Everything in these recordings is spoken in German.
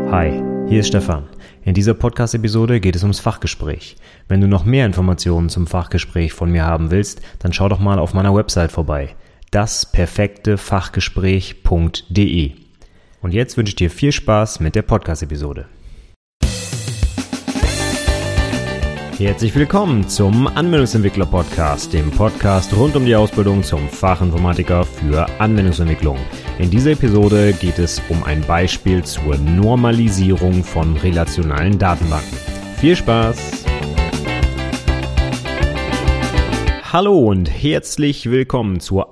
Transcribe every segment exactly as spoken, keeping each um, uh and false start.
Hi, hier ist Stefan. In dieser Podcast-Episode geht es ums Fachgespräch. Wenn du noch mehr Informationen zum Fachgespräch von mir haben willst, dann schau doch mal auf meiner Website vorbei. das perfekte fachgespräch punkt de. Und jetzt wünsche ich dir viel Spaß mit der Podcast-Episode. Herzlich willkommen zum Anwendungsentwickler-Podcast, dem Podcast rund um die Ausbildung zum Fachinformatiker für Anwendungsentwicklung. In dieser Episode geht es um ein Beispiel zur Normalisierung von relationalen Datenbanken. Viel Spaß! Hallo und herzlich willkommen zur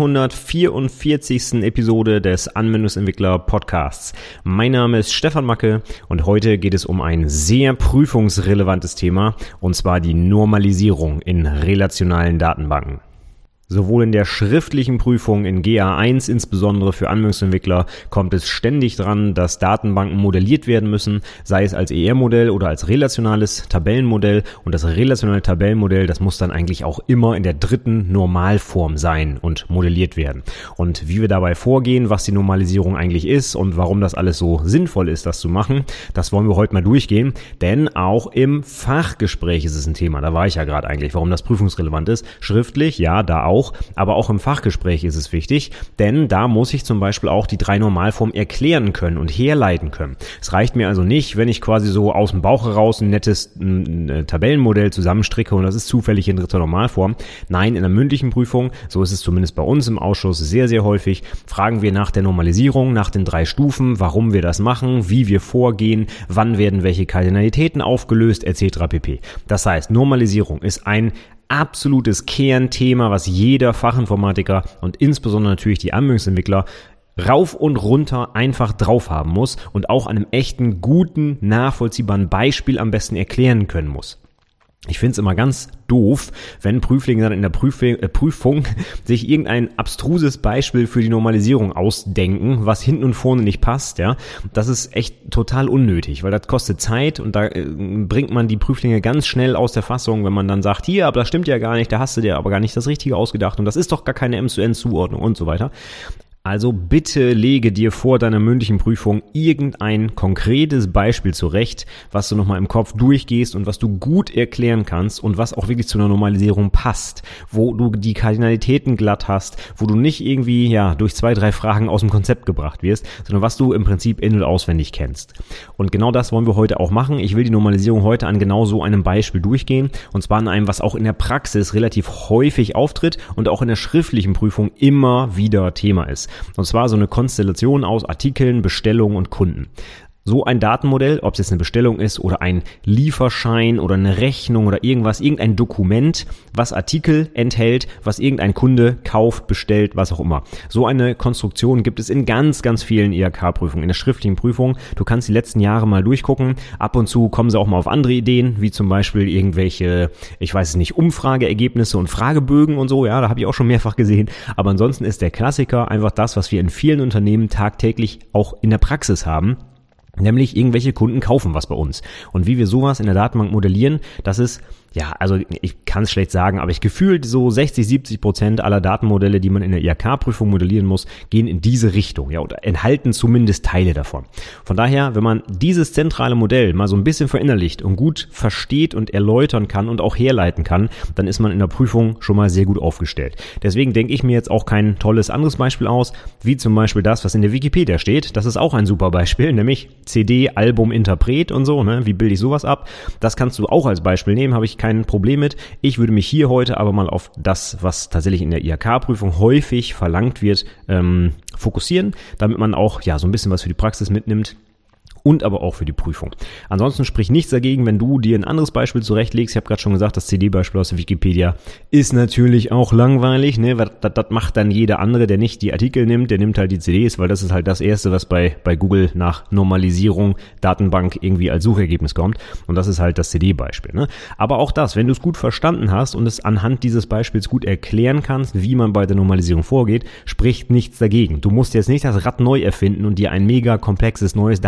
hundertvierundvierzigsten Episode des Anwendungsentwickler-Podcasts. Mein Name ist Stefan Macke und heute geht es um ein sehr prüfungsrelevantes Thema, und zwar die Normalisierung in relationalen Datenbanken. Sowohl in der schriftlichen Prüfung in G A eins, insbesondere für Anwendungsentwickler, kommt es ständig dran, dass Datenbanken modelliert werden müssen, sei es als E R-Modell oder als relationales Tabellenmodell. Und das relationale Tabellenmodell, das muss dann eigentlich auch immer in der dritten Normalform sein und modelliert werden. Und wie wir dabei vorgehen, was die Normalisierung eigentlich ist und warum das alles so sinnvoll ist, das zu machen, das wollen wir heute mal durchgehen. Denn auch im Fachgespräch ist es ein Thema. Da war ich ja gerade eigentlich, warum das prüfungsrelevant ist. Schriftlich, ja, da auch. Auch, aber auch im Fachgespräch ist es wichtig, denn da muss ich zum Beispiel auch die drei Normalformen erklären können und herleiten können. Es reicht mir also nicht, wenn ich quasi so aus dem Bauch heraus ein nettes ein Tabellenmodell zusammenstricke und das ist zufällig in dritter Normalform. Nein, in der mündlichen Prüfung, so ist es zumindest bei uns im Ausschuss sehr, sehr häufig, fragen wir nach der Normalisierung, nach den drei Stufen, warum wir das machen, wie wir vorgehen, wann werden welche Kardinalitäten aufgelöst, et cetera pp. Das heißt, Normalisierung ist ein absolutes Kernthema, was jeder Fachinformatiker und insbesondere natürlich die Anwendungsentwickler rauf und runter einfach drauf haben muss und auch an einem echten, guten, nachvollziehbaren Beispiel am besten erklären können muss. Ich finde es immer ganz doof, wenn Prüflinge dann in der Prüf- äh, Prüfung sich irgendein abstruses Beispiel für die Normalisierung ausdenken, was hinten und vorne nicht passt, ja. Das ist echt total unnötig, weil das kostet Zeit und da äh, bringt man die Prüflinge ganz schnell aus der Fassung, wenn man dann sagt, hier, aber das stimmt ja gar nicht, da hast du dir aber gar nicht das Richtige ausgedacht und das ist doch gar keine M zu N Zuordnung und so weiter. Also bitte lege dir vor deiner mündlichen Prüfung irgendein konkretes Beispiel zurecht, was du nochmal im Kopf durchgehst und was du gut erklären kannst und was auch wirklich zu einer Normalisierung passt, wo du die Kardinalitäten glatt hast, wo du nicht irgendwie ja durch zwei, drei Fragen aus dem Konzept gebracht wirst, sondern was du im Prinzip in- und auswendig kennst. Und genau das wollen wir heute auch machen. Ich will die Normalisierung heute an genau so einem Beispiel durchgehen, und zwar an einem, was auch in der Praxis relativ häufig auftritt und auch in der schriftlichen Prüfung immer wieder Thema ist. Und zwar so eine Konstellation aus Artikeln, Bestellungen und Kunden. So ein Datenmodell, ob es jetzt eine Bestellung ist oder ein Lieferschein oder eine Rechnung oder irgendwas, irgendein Dokument, was Artikel enthält, was irgendein Kunde kauft, bestellt, was auch immer. So eine Konstruktion gibt es in ganz, ganz vielen I H K-Prüfungen, in der schriftlichen Prüfung. Du kannst die letzten Jahre mal durchgucken. Ab und zu kommen sie auch mal auf andere Ideen, wie zum Beispiel irgendwelche, ich weiß es nicht, Umfrageergebnisse und Fragebögen und so. Ja, da habe ich auch schon mehrfach gesehen. Aber ansonsten ist der Klassiker einfach das, was wir in vielen Unternehmen tagtäglich auch in der Praxis haben. Nämlich irgendwelche Kunden kaufen was bei uns. Und wie wir sowas in der Datenbank modellieren, das ist, ja, also ich kann es schlecht sagen, aber ich gefühlt so sechzig, siebzig Prozent aller Datenmodelle, die man in der I H K-Prüfung modellieren muss, gehen in diese Richtung, ja, oder enthalten zumindest Teile davon. Von daher, wenn man dieses zentrale Modell mal so ein bisschen verinnerlicht und gut versteht und erläutern kann und auch herleiten kann, dann ist man in der Prüfung schon mal sehr gut aufgestellt. Deswegen denke ich mir jetzt auch kein tolles anderes Beispiel aus, wie zum Beispiel das, was in der Wikipedia steht. Das ist auch ein super Beispiel, nämlich C D, Album, Interpret und so, ne? Wie bilde ich sowas ab? Das kannst du auch als Beispiel nehmen, habe ich kein Problem mit. Ich würde mich hier heute aber mal auf das, was tatsächlich in der I H K-Prüfung häufig verlangt wird, ähm, fokussieren, damit man auch ja so ein bisschen was für die Praxis mitnimmt. Und aber auch für die Prüfung. Ansonsten spricht nichts dagegen, wenn du dir ein anderes Beispiel zurechtlegst. Ich habe gerade schon gesagt, das C D-Beispiel aus der Wikipedia ist natürlich auch langweilig, ne? Das, das macht dann jeder andere, der nicht die Artikel nimmt, der nimmt halt die C Ds, weil das ist halt das Erste, was bei bei Google nach Normalisierung, Datenbank irgendwie als Suchergebnis kommt. Und das ist halt das C D-Beispiel, ne? Aber auch das, wenn du es gut verstanden hast und es anhand dieses Beispiels gut erklären kannst, wie man bei der Normalisierung vorgeht, spricht nichts dagegen. Du musst jetzt nicht das Rad neu erfinden und dir ein mega komplexes neues Datenmodell aus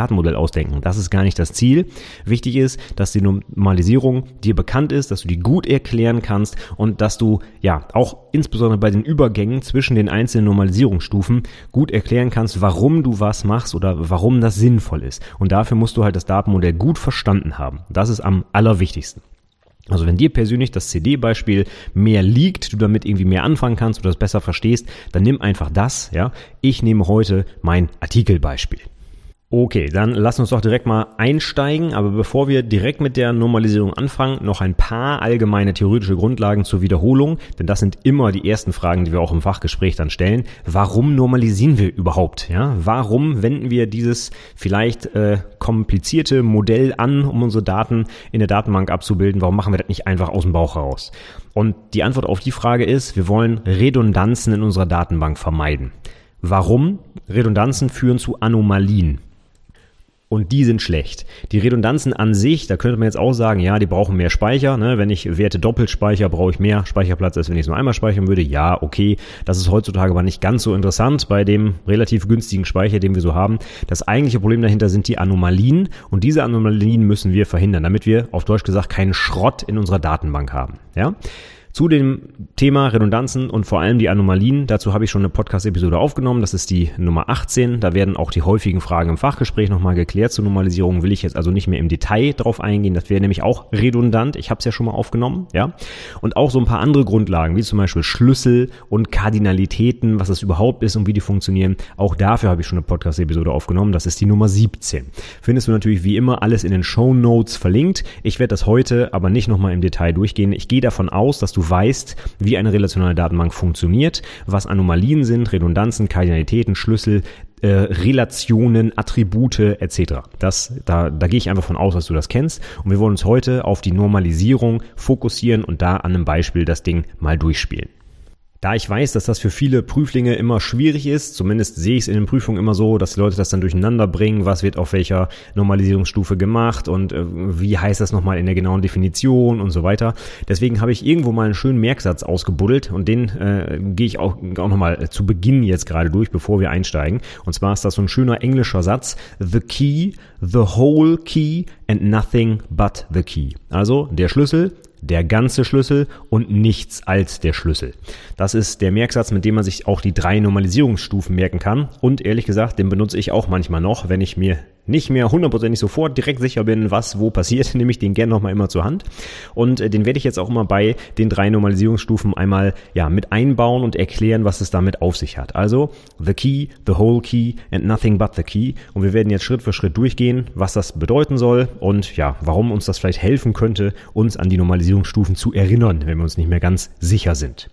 ausdenken. Das ist gar nicht das Ziel. Wichtig ist, dass die Normalisierung dir bekannt ist, dass du die gut erklären kannst und dass du ja auch insbesondere bei den Übergängen zwischen den einzelnen Normalisierungsstufen gut erklären kannst, warum du was machst oder warum das sinnvoll ist. Und dafür musst du halt das Datenmodell gut verstanden haben. Das ist am allerwichtigsten. Also wenn dir persönlich das C D-Beispiel mehr liegt, du damit irgendwie mehr anfangen kannst oder das besser verstehst, dann nimm einfach das, ja. Ich nehme heute mein Artikelbeispiel. Okay, dann lass uns doch direkt mal einsteigen, aber bevor wir direkt mit der Normalisierung anfangen, noch ein paar allgemeine theoretische Grundlagen zur Wiederholung, denn das sind immer die ersten Fragen, die wir auch im Fachgespräch dann stellen. Warum normalisieren wir überhaupt? Ja, warum wenden wir dieses vielleicht äh, komplizierte Modell an, um unsere Daten in der Datenbank abzubilden? Warum machen wir das nicht einfach aus dem Bauch heraus? Und die Antwort auf die Frage ist, wir wollen Redundanzen in unserer Datenbank vermeiden. Warum? Redundanzen führen zu Anomalien. Und die sind schlecht. Die Redundanzen an sich, da könnte man jetzt auch sagen, ja, die brauchen mehr Speicher. Ne? Wenn ich Werte doppelt speichere, brauche ich mehr Speicherplatz, als wenn ich es nur einmal speichern würde. Ja, okay, das ist heutzutage aber nicht ganz so interessant bei dem relativ günstigen Speicher, den wir so haben. Das eigentliche Problem dahinter sind die Anomalien. Und diese Anomalien müssen wir verhindern, damit wir, auf Deutsch gesagt, keinen Schrott in unserer Datenbank haben. Ja? Zu dem Thema Redundanzen und vor allem die Anomalien, dazu habe ich schon eine Podcast-Episode aufgenommen, das ist die Nummer achtzehn, da werden auch die häufigen Fragen im Fachgespräch nochmal geklärt. Zur Normalisierung will ich jetzt also nicht mehr im Detail drauf eingehen, das wäre nämlich auch redundant, ich habe es ja schon mal aufgenommen, ja. Und auch so ein paar andere Grundlagen, wie zum Beispiel Schlüssel und Kardinalitäten, was das überhaupt ist und wie die funktionieren, auch dafür habe ich schon eine Podcast-Episode aufgenommen, das ist die Nummer siebzehn. Findest du natürlich wie immer alles in den Shownotes verlinkt. Ich werde das heute aber nicht nochmal im Detail durchgehen. Ich gehe davon aus, dass du weißt, wie eine relationale Datenbank funktioniert, was Anomalien sind, Redundanzen, Kardinalitäten, Schlüssel, äh, Relationen, Attribute et cetera. Das, da, da gehe ich einfach von aus, dass du das kennst. Und wir wollen uns heute auf die Normalisierung fokussieren und da an einem Beispiel das Ding mal durchspielen. Da ich weiß, dass das für viele Prüflinge immer schwierig ist, zumindest sehe ich es in den Prüfungen immer so, dass die Leute das dann durcheinander bringen, was wird auf welcher Normalisierungsstufe gemacht und äh, wie heißt das nochmal in der genauen Definition und so weiter. Deswegen habe ich irgendwo mal einen schönen Merksatz ausgebuddelt und den äh, gehe ich auch, auch nochmal zu Beginn jetzt gerade durch, bevor wir einsteigen. Und zwar ist das so ein schöner englischer Satz: The key, the whole key and nothing but the key. Also der Schlüssel, der ganze Schlüssel und nichts als der Schlüssel. Das ist der Merksatz, mit dem man sich auch die drei Normalisierungsstufen merken kann. Und ehrlich gesagt, den benutze ich auch manchmal noch, wenn ich mir nicht mehr hundertprozentig sofort direkt sicher bin, was wo passiert, nehme ich den gerne nochmal immer zur Hand. Und äh, den werde ich jetzt auch immer bei den drei Normalisierungsstufen einmal ja mit einbauen und erklären, was es damit auf sich hat. Also the key, the whole key and nothing but the key. Und wir werden jetzt Schritt für Schritt durchgehen, was das bedeuten soll und ja, warum uns das vielleicht helfen könnte, uns an die Normalisierungsstufen zu erinnern, wenn wir uns nicht mehr ganz sicher sind.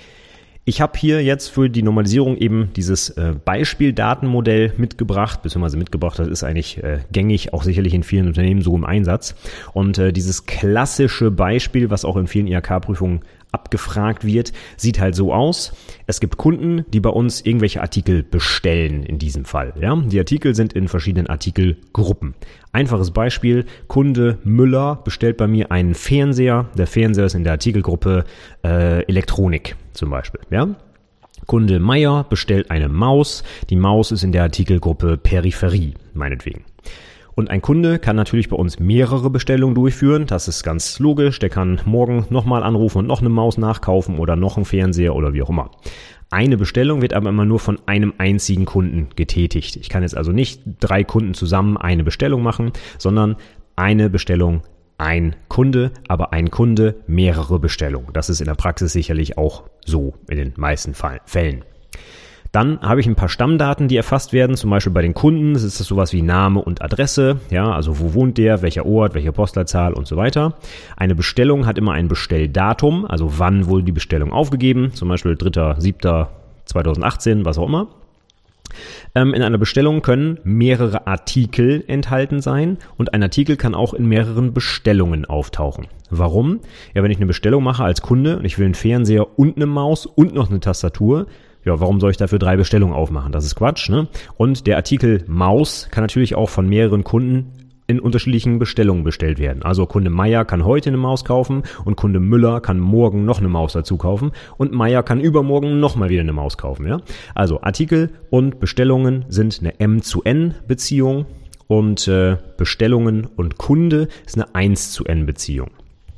Ich habe hier jetzt für die Normalisierung eben dieses äh, Beispieldatenmodell mitgebracht, beziehungsweise mitgebracht, das ist eigentlich äh, gängig, auch sicherlich in vielen Unternehmen so im Einsatz. Und äh, dieses klassische Beispiel, was auch in vielen I H K-Prüfungen abgefragt wird, sieht halt so aus. Es gibt Kunden, die bei uns irgendwelche Artikel bestellen in diesem Fall. Ja? Die Artikel sind in verschiedenen Artikelgruppen. Einfaches Beispiel: Kunde Müller bestellt bei mir einen Fernseher. Der Fernseher ist in der Artikelgruppe äh, Elektronik zum Beispiel. Ja? Kunde Meier bestellt eine Maus. Die Maus ist in der Artikelgruppe Peripherie, meinetwegen. Und ein Kunde kann natürlich bei uns mehrere Bestellungen durchführen. Das ist ganz logisch. Der kann morgen nochmal anrufen und noch eine Maus nachkaufen oder noch einen Fernseher oder wie auch immer. Eine Bestellung wird aber immer nur von einem einzigen Kunden getätigt. Ich kann jetzt also nicht drei Kunden zusammen eine Bestellung machen, sondern eine Bestellung, ein Kunde, aber ein Kunde, mehrere Bestellungen. Das ist in der Praxis sicherlich auch so in den meisten Fällen. Dann habe ich ein paar Stammdaten, die erfasst werden, zum Beispiel bei den Kunden. Das ist das sowas wie Name und Adresse, ja, also wo wohnt der, welcher Ort, welche Postleitzahl und so weiter. Eine Bestellung hat immer ein Bestelldatum, also wann wurde die Bestellung aufgegeben, zum Beispiel dritter siebter zweitausendachtzehn, was auch immer. Ähm, in einer Bestellung können mehrere Artikel enthalten sein und ein Artikel kann auch in mehreren Bestellungen auftauchen. Warum? Ja, wenn ich eine Bestellung mache als Kunde und ich will einen Fernseher und eine Maus und noch eine Tastatur, ja, warum soll ich dafür drei Bestellungen aufmachen? Das ist Quatsch, ne? Und der Artikel Maus kann natürlich auch von mehreren Kunden in unterschiedlichen Bestellungen bestellt werden. Also Kunde Meier kann heute eine Maus kaufen und Kunde Müller kann morgen noch eine Maus dazu kaufen und Meier kann übermorgen nochmal wieder eine Maus kaufen, ja? Also Artikel und Bestellungen sind eine M zu N Beziehung. und äh, Bestellungen und Kunde ist eine eins zu n Beziehung.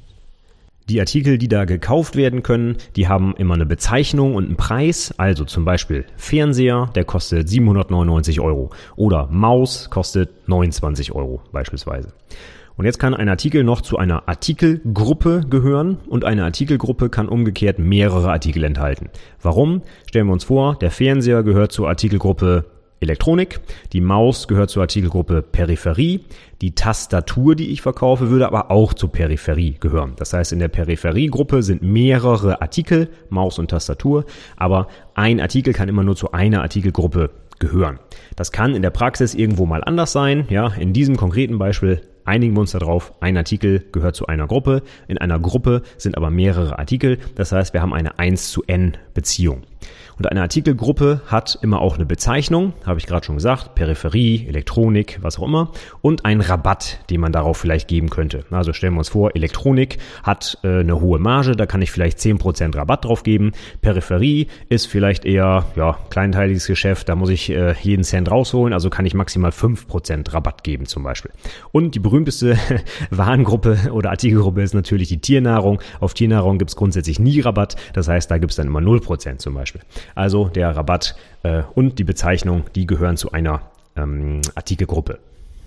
Die Artikel, die da gekauft werden können, die haben immer eine Bezeichnung und einen Preis. Also zum Beispiel Fernseher, der kostet siebenhundertneunundneunzig Euro. Oder Maus kostet neunundzwanzig Euro beispielsweise. Und jetzt kann ein Artikel noch zu einer Artikelgruppe gehören und eine Artikelgruppe kann umgekehrt mehrere Artikel enthalten. Warum? Stellen wir uns vor, der Fernseher gehört zur Artikelgruppe Elektronik, die Maus gehört zur Artikelgruppe Peripherie, die Tastatur, die ich verkaufe, würde aber auch zur Peripherie gehören. Das heißt, in der Peripheriegruppe sind mehrere Artikel, Maus und Tastatur, aber ein Artikel kann immer nur zu einer Artikelgruppe gehören. Das kann in der Praxis irgendwo mal anders sein. Ja, in diesem konkreten Beispiel einigen wir uns darauf, ein Artikel gehört zu einer Gruppe. In einer Gruppe sind aber mehrere Artikel. Das heißt, wir haben eine eins zu n Beziehung. Und eine Artikelgruppe hat immer auch eine Bezeichnung, habe ich gerade schon gesagt, Peripherie, Elektronik, was auch immer, und einen Rabatt, den man darauf vielleicht geben könnte. Also stellen wir uns vor, Elektronik hat äh, eine hohe Marge, da kann ich vielleicht zehn Prozent Rabatt drauf geben. Peripherie ist vielleicht eher ja kleinteiliges Geschäft, da muss ich äh, jeden Cent rausholen, also kann ich maximal fünf Prozent Rabatt geben zum Beispiel. Und die berühmteste Warengruppe oder Artikelgruppe ist natürlich die Tiernahrung. Auf Tiernahrung gibt es grundsätzlich nie Rabatt, das heißt, da gibt es dann immer null Prozent zum Beispiel. Also der Rabatt äh, und die Bezeichnung, die gehören zu einer ähm, Artikelgruppe.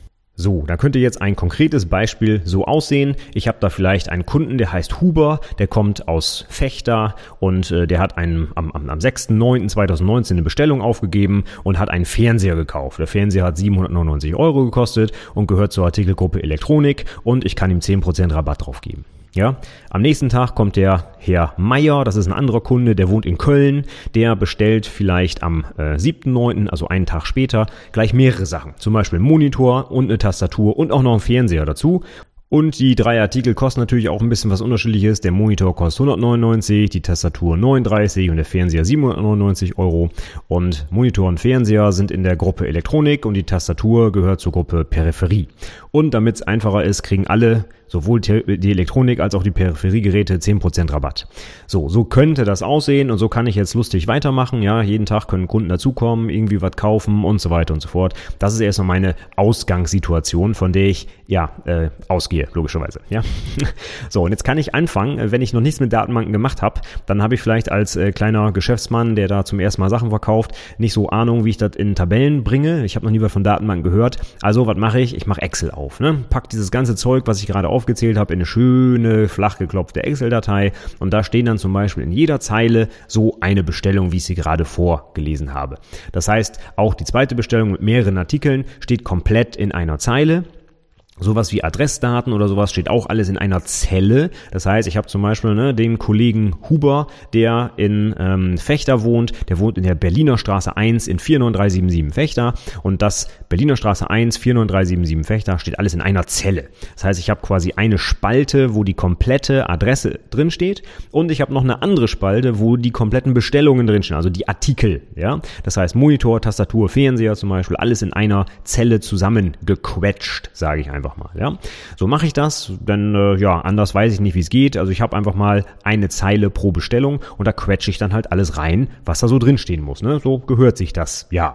So, da könnte jetzt ein konkretes Beispiel so aussehen. Ich habe da vielleicht einen Kunden, der heißt Huber, der kommt aus Vechta und äh, der hat einen, am, am, am sechster neunter zweitausendneunzehn eine Bestellung aufgegeben und hat einen Fernseher gekauft. Der Fernseher hat siebenhundertneunundneunzig Euro gekostet und gehört zur Artikelgruppe Elektronik und ich kann ihm zehn Prozent Rabatt drauf geben. Ja, am nächsten Tag kommt der Herr Meier, das ist ein anderer Kunde, der wohnt in Köln, der bestellt vielleicht am äh, siebter neunter, also einen Tag später, gleich mehrere Sachen. Zum Beispiel einen Monitor und eine Tastatur und auch noch einen Fernseher dazu. Und die drei Artikel kosten natürlich auch ein bisschen was Unterschiedliches. Der Monitor kostet hundertneunundneunzig, die Tastatur neununddreißig und der Fernseher siebenhundertneunundneunzig Euro. Und Monitor und Fernseher sind in der Gruppe Elektronik und die Tastatur gehört zur Gruppe Peripherie. Und damit es einfacher ist, kriegen alle, sowohl die Elektronik als auch die Peripheriegeräte, zehn Prozent Rabatt. So, so könnte das aussehen und so kann ich jetzt lustig weitermachen. Ja, jeden Tag können Kunden dazukommen, irgendwie was kaufen und so weiter und so fort. Das ist erstmal meine Ausgangssituation, von der ich ja äh, ausgehe, logischerweise. Ja, so und jetzt kann ich anfangen, wenn ich noch nichts mit Datenbanken gemacht habe, dann habe ich vielleicht als äh, kleiner Geschäftsmann, der da zum ersten Mal Sachen verkauft, nicht so Ahnung, wie ich das in Tabellen bringe. Ich habe noch nie was von Datenbanken gehört. Also was mache ich? Ich mache Excel auf. Ne? Pack dieses ganze Zeug, was ich gerade aufgezählt habe, in eine schöne, flach geklopfte Excel-Datei und da stehen dann zum Beispiel in jeder Zeile so eine Bestellung, wie ich sie gerade vorgelesen habe. Das heißt, auch die zweite Bestellung mit mehreren Artikeln steht komplett in einer Zeile. Sowas wie Adressdaten oder sowas steht auch alles in einer Zelle. Das heißt, ich habe zum Beispiel ne, den Kollegen Huber, der in ähm, Vechta wohnt. Der wohnt in der Berliner Straße eins in vier neun drei sieben sieben Vechta. Und das Berliner Straße eins, vier neun drei sieben sieben Vechta steht alles in einer Zelle. Das heißt, ich habe quasi eine Spalte, wo die komplette Adresse drin steht. Und ich habe noch eine andere Spalte, wo die kompletten Bestellungen drinstehen, also die Artikel. Ja, das heißt, Monitor, Tastatur, Fernseher zum Beispiel, alles in einer Zelle zusammengequetscht, sage ich einfach mal, ja. So mache ich das, denn äh, ja, anders weiß ich nicht, wie es geht. Also ich habe einfach mal eine Zeile pro Bestellung und da quetsche ich dann halt alles rein, was da so drin stehen muss, ne? So gehört sich das, ja.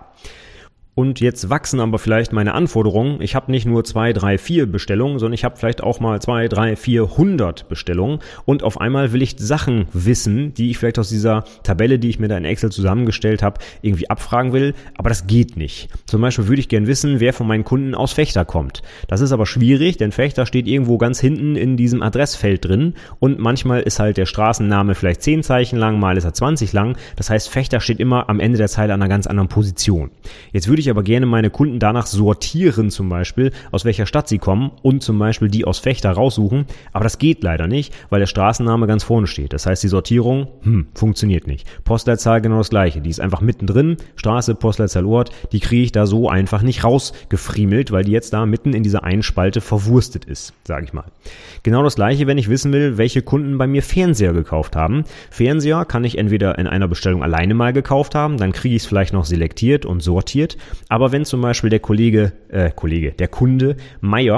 Und jetzt wachsen aber vielleicht meine Anforderungen. Ich habe nicht nur zwei, drei, vier Bestellungen, sondern ich habe vielleicht auch mal zwei, drei, vierhundert Bestellungen. Und auf einmal will ich Sachen wissen, die ich vielleicht aus dieser Tabelle, die ich mir da in Excel zusammengestellt habe, irgendwie abfragen will. Aber das geht nicht. Zum Beispiel würde ich gern wissen, wer von meinen Kunden aus Vechta kommt. Das ist aber schwierig, denn Vechta steht irgendwo ganz hinten in diesem Adressfeld drin. Und manchmal ist halt der Straßenname vielleicht zehn Zeichen lang, mal ist er zwanzig lang. Das heißt, Vechta steht immer am Ende der Zeile an einer ganz anderen Position. Jetzt würde ich aber gerne meine Kunden danach sortieren, zum Beispiel, aus welcher Stadt sie kommen und zum Beispiel die aus Vechta raussuchen. Aber das geht leider nicht, weil der Straßenname ganz vorne steht. Das heißt, die Sortierung, hm, funktioniert nicht. Postleitzahl genau das gleiche. Die ist einfach mittendrin. Straße, Postleitzahl, Ort. Die kriege ich da so einfach nicht rausgefriemelt, weil die jetzt da mitten in dieser einen Spalte verwurstet ist, sage ich mal. Genau das gleiche, wenn ich wissen will, welche Kunden bei mir Fernseher gekauft haben. Fernseher kann ich entweder in einer Bestellung alleine mal gekauft haben, dann kriege ich es vielleicht noch selektiert und sortiert. Aber wenn zum Beispiel der Kollege, äh, Kollege, der Kunde Meier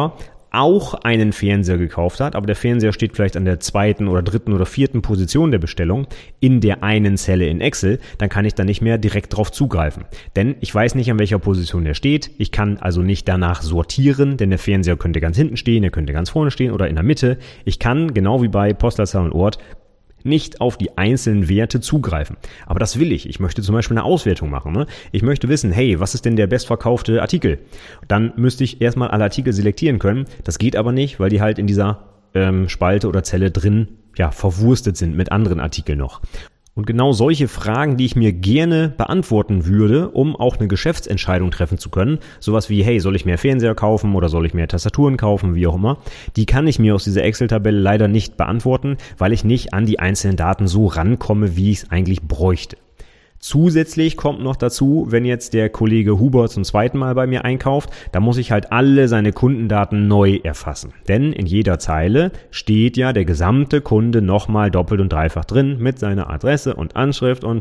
auch einen Fernseher gekauft hat, aber der Fernseher steht vielleicht an der zweiten oder dritten oder vierten Position der Bestellung in der einen Zelle in Excel, dann kann ich da nicht mehr direkt drauf zugreifen. Denn ich weiß nicht, an welcher Position der steht. Ich kann also nicht danach sortieren, denn der Fernseher könnte ganz hinten stehen, der könnte ganz vorne stehen oder in der Mitte. Ich kann, genau wie bei Postleitzahl und Ort, nicht auf die einzelnen Werte zugreifen. Aber das will ich. Ich möchte zum Beispiel eine Auswertung machen. Ne? Ich möchte wissen, hey, was ist denn der bestverkaufte Artikel? Dann müsste ich erstmal alle Artikel selektieren können. Das geht aber nicht, weil die halt in dieser ähm, Spalte oder Zelle drin ja, verwurstet sind mit anderen Artikeln noch. Und genau solche Fragen, die ich mir gerne beantworten würde, um auch eine Geschäftsentscheidung treffen zu können, sowas wie, hey, soll ich mehr Fernseher kaufen oder soll ich mehr Tastaturen kaufen, wie auch immer, die kann ich mir aus dieser Excel-Tabelle leider nicht beantworten, weil ich nicht an die einzelnen Daten so rankomme, wie ich es eigentlich bräuchte. Zusätzlich kommt noch dazu, wenn jetzt der Kollege Huber zum zweiten Mal bei mir einkauft, da muss ich halt alle seine Kundendaten neu erfassen. Denn in jeder Zeile steht ja der gesamte Kunde nochmal doppelt und dreifach drin mit seiner Adresse und Anschrift und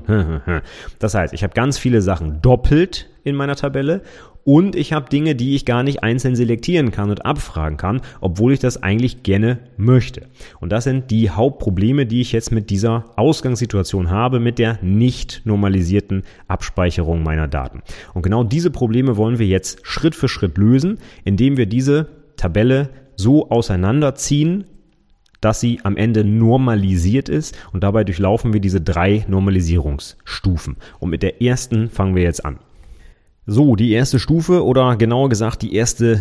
das heißt, ich habe ganz viele Sachen doppelt in meiner Tabelle. Und ich habe Dinge, die ich gar nicht einzeln selektieren kann und abfragen kann, obwohl ich das eigentlich gerne möchte. Und das sind die Hauptprobleme, die ich jetzt mit dieser Ausgangssituation habe, mit der nicht normalisierten Abspeicherung meiner Daten. Und genau diese Probleme wollen wir jetzt Schritt für Schritt lösen, indem wir diese Tabelle so auseinanderziehen, dass sie am Ende normalisiert ist. Und dabei durchlaufen wir diese drei Normalisierungsstufen. Und mit der ersten fangen wir jetzt an. So, die erste Stufe oder genauer gesagt die erste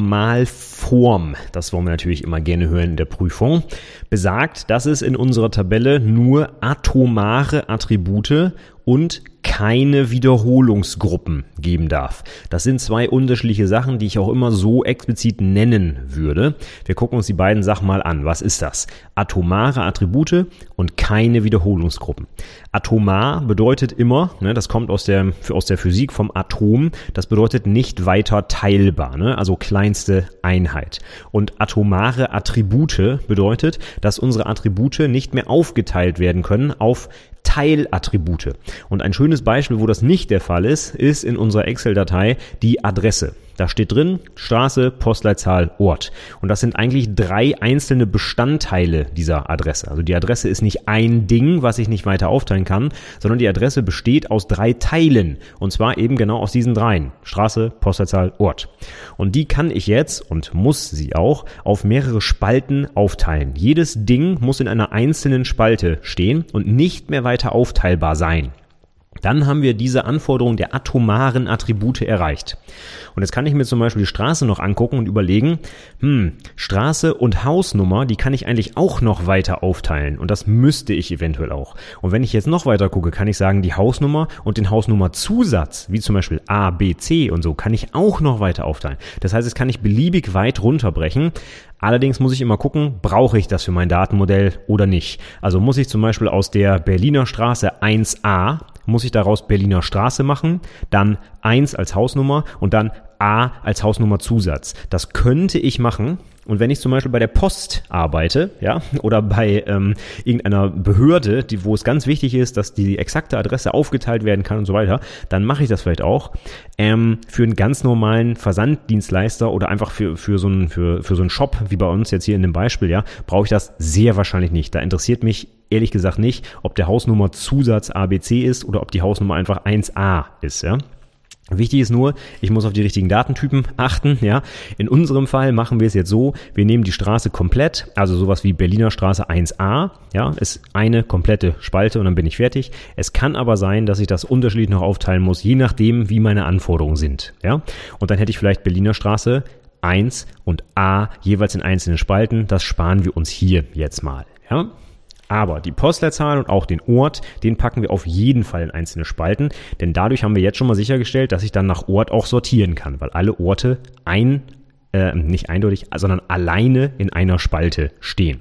Normalform, das wollen wir natürlich immer gerne hören in der Prüfung, besagt, dass es in unserer Tabelle nur atomare Attribute und keine Wiederholungsgruppen geben darf. Das sind zwei unterschiedliche Sachen, die ich auch immer so explizit nennen würde. Wir gucken uns die beiden Sachen mal an. Was ist das? Atomare Attribute und keine Wiederholungsgruppen. Atomar bedeutet immer, ne, das kommt aus der, aus der Physik vom Atom, das bedeutet nicht weiter teilbar, ne, also kleinste Einheit. Und atomare Attribute bedeutet, dass unsere Attribute nicht mehr aufgeteilt werden können auf Teilattribute. Und ein schönes Beispiel, wo das nicht der Fall ist, ist in unserer Excel-Datei die Adresse. Da steht drin Straße, Postleitzahl, Ort. Und das sind eigentlich drei einzelne Bestandteile dieser Adresse. Also die Adresse ist nicht ein Ding, was ich nicht weiter aufteilen kann, sondern die Adresse besteht aus drei Teilen. Und zwar eben genau aus diesen dreien. Straße, Postleitzahl, Ort. Und die kann ich jetzt und muss sie auch auf mehrere Spalten aufteilen. Jedes Ding muss in einer einzelnen Spalte stehen und nicht mehr weiter aufteilbar sein. Dann haben wir diese Anforderung der atomaren Attribute erreicht. Und jetzt kann ich mir zum Beispiel die Straße noch angucken und überlegen, hm, Straße und Hausnummer, die kann ich eigentlich auch noch weiter aufteilen. Und das müsste ich eventuell auch. Und wenn ich jetzt noch weiter gucke, kann ich sagen, die Hausnummer und den Hausnummerzusatz, wie zum Beispiel A, B, C und so, kann ich auch noch weiter aufteilen. Das heißt, es kann ich beliebig weit runterbrechen. Allerdings muss ich immer gucken, brauche ich das für mein Datenmodell oder nicht. Also muss ich zum Beispiel aus der Berliner Straße eins a, muss ich daraus Berliner Straße machen, dann eins als Hausnummer und dann A als Hausnummerzusatz. Das könnte ich machen. Und wenn ich zum Beispiel bei der Post arbeite, ja, oder bei ähm, irgendeiner Behörde, die, wo es ganz wichtig ist, dass die exakte Adresse aufgeteilt werden kann und so weiter, dann mache ich das vielleicht auch. Ähm, für einen ganz normalen Versanddienstleister oder einfach für für so einen für für so einen Shop wie bei uns jetzt hier in dem Beispiel, ja, brauche ich das sehr wahrscheinlich nicht. Da interessiert mich ehrlich gesagt nicht, ob der Hausnummerzusatz A B C ist oder ob die Hausnummer einfach eins a ist, ja. Wichtig ist nur, ich muss auf die richtigen Datentypen achten, ja. In unserem Fall machen wir es jetzt so, wir nehmen die Straße komplett, also sowas wie Berliner Straße eins a, ja, ist eine komplette Spalte und dann bin ich fertig. Es kann aber sein, dass ich das unterschiedlich noch aufteilen muss, je nachdem, wie meine Anforderungen sind, ja. Und dann hätte ich vielleicht Berliner Straße eins und A jeweils in einzelnen Spalten, das sparen wir uns hier jetzt mal, ja. Aber die Postleitzahl und auch den Ort, den packen wir auf jeden Fall in einzelne Spalten, denn dadurch haben wir jetzt schon mal sichergestellt, dass ich dann nach Ort auch sortieren kann, weil alle Orte ein, äh, nicht eindeutig, sondern alleine in einer Spalte stehen.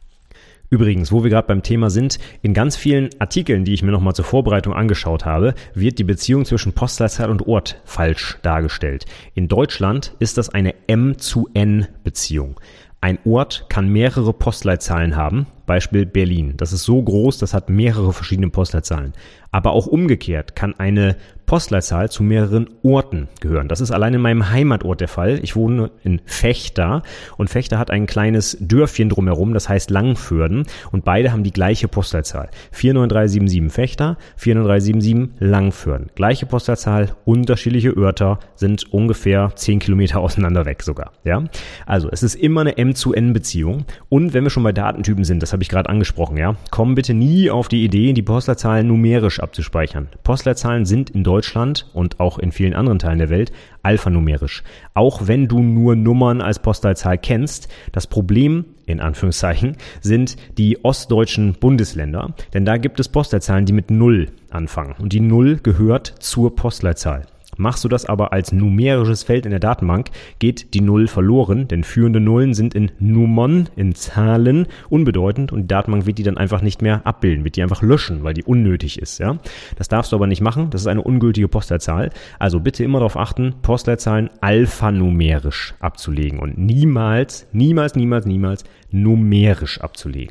Übrigens, wo wir gerade beim Thema sind, in ganz vielen Artikeln, die ich mir nochmal zur Vorbereitung angeschaut habe, wird die Beziehung zwischen Postleitzahl und Ort falsch dargestellt. In Deutschland ist das eine M zu N Beziehung. Ein Ort kann mehrere Postleitzahlen haben, Beispiel Berlin. Das ist so groß, das hat mehrere verschiedene Postleitzahlen. Aber auch umgekehrt kann eine Postleitzahl zu mehreren Orten gehören. Das ist allein in meinem Heimatort der Fall. Ich wohne in Vechta und Vechta hat ein kleines Dörfchen drumherum, das heißt Langförden und beide haben die gleiche Postleitzahl. vier neun drei sieben sieben Vechta, vier neun drei sieben sieben Langförden. Gleiche Postleitzahl, unterschiedliche Örter, sind ungefähr zehn Kilometer auseinander weg sogar. Ja? Also es ist immer eine M zu N Beziehung und wenn wir schon bei Datentypen sind, das habe ich gerade angesprochen, ja, komm bitte nie auf die Idee, die Postleitzahlen numerisch abzuspeichern. Postleitzahlen sind in Deutschland und auch in vielen anderen Teilen der Welt alphanumerisch. Auch wenn du nur Nummern als Postleitzahl kennst, das Problem, in Anführungszeichen, sind die ostdeutschen Bundesländer, denn da gibt es Postleitzahlen, die mit Null anfangen und die Null gehört zur Postleitzahl. Machst du das aber als numerisches Feld in der Datenbank, geht die Null verloren, denn führende Nullen sind in Nummern, in Zahlen unbedeutend und die Datenbank wird die dann einfach nicht mehr abbilden, wird die einfach löschen, weil die unnötig ist. Ja? Das darfst du aber nicht machen, das ist eine ungültige Postleitzahl. Also bitte immer darauf achten, Postleitzahlen alphanumerisch abzulegen und niemals, niemals, niemals, niemals numerisch abzulegen.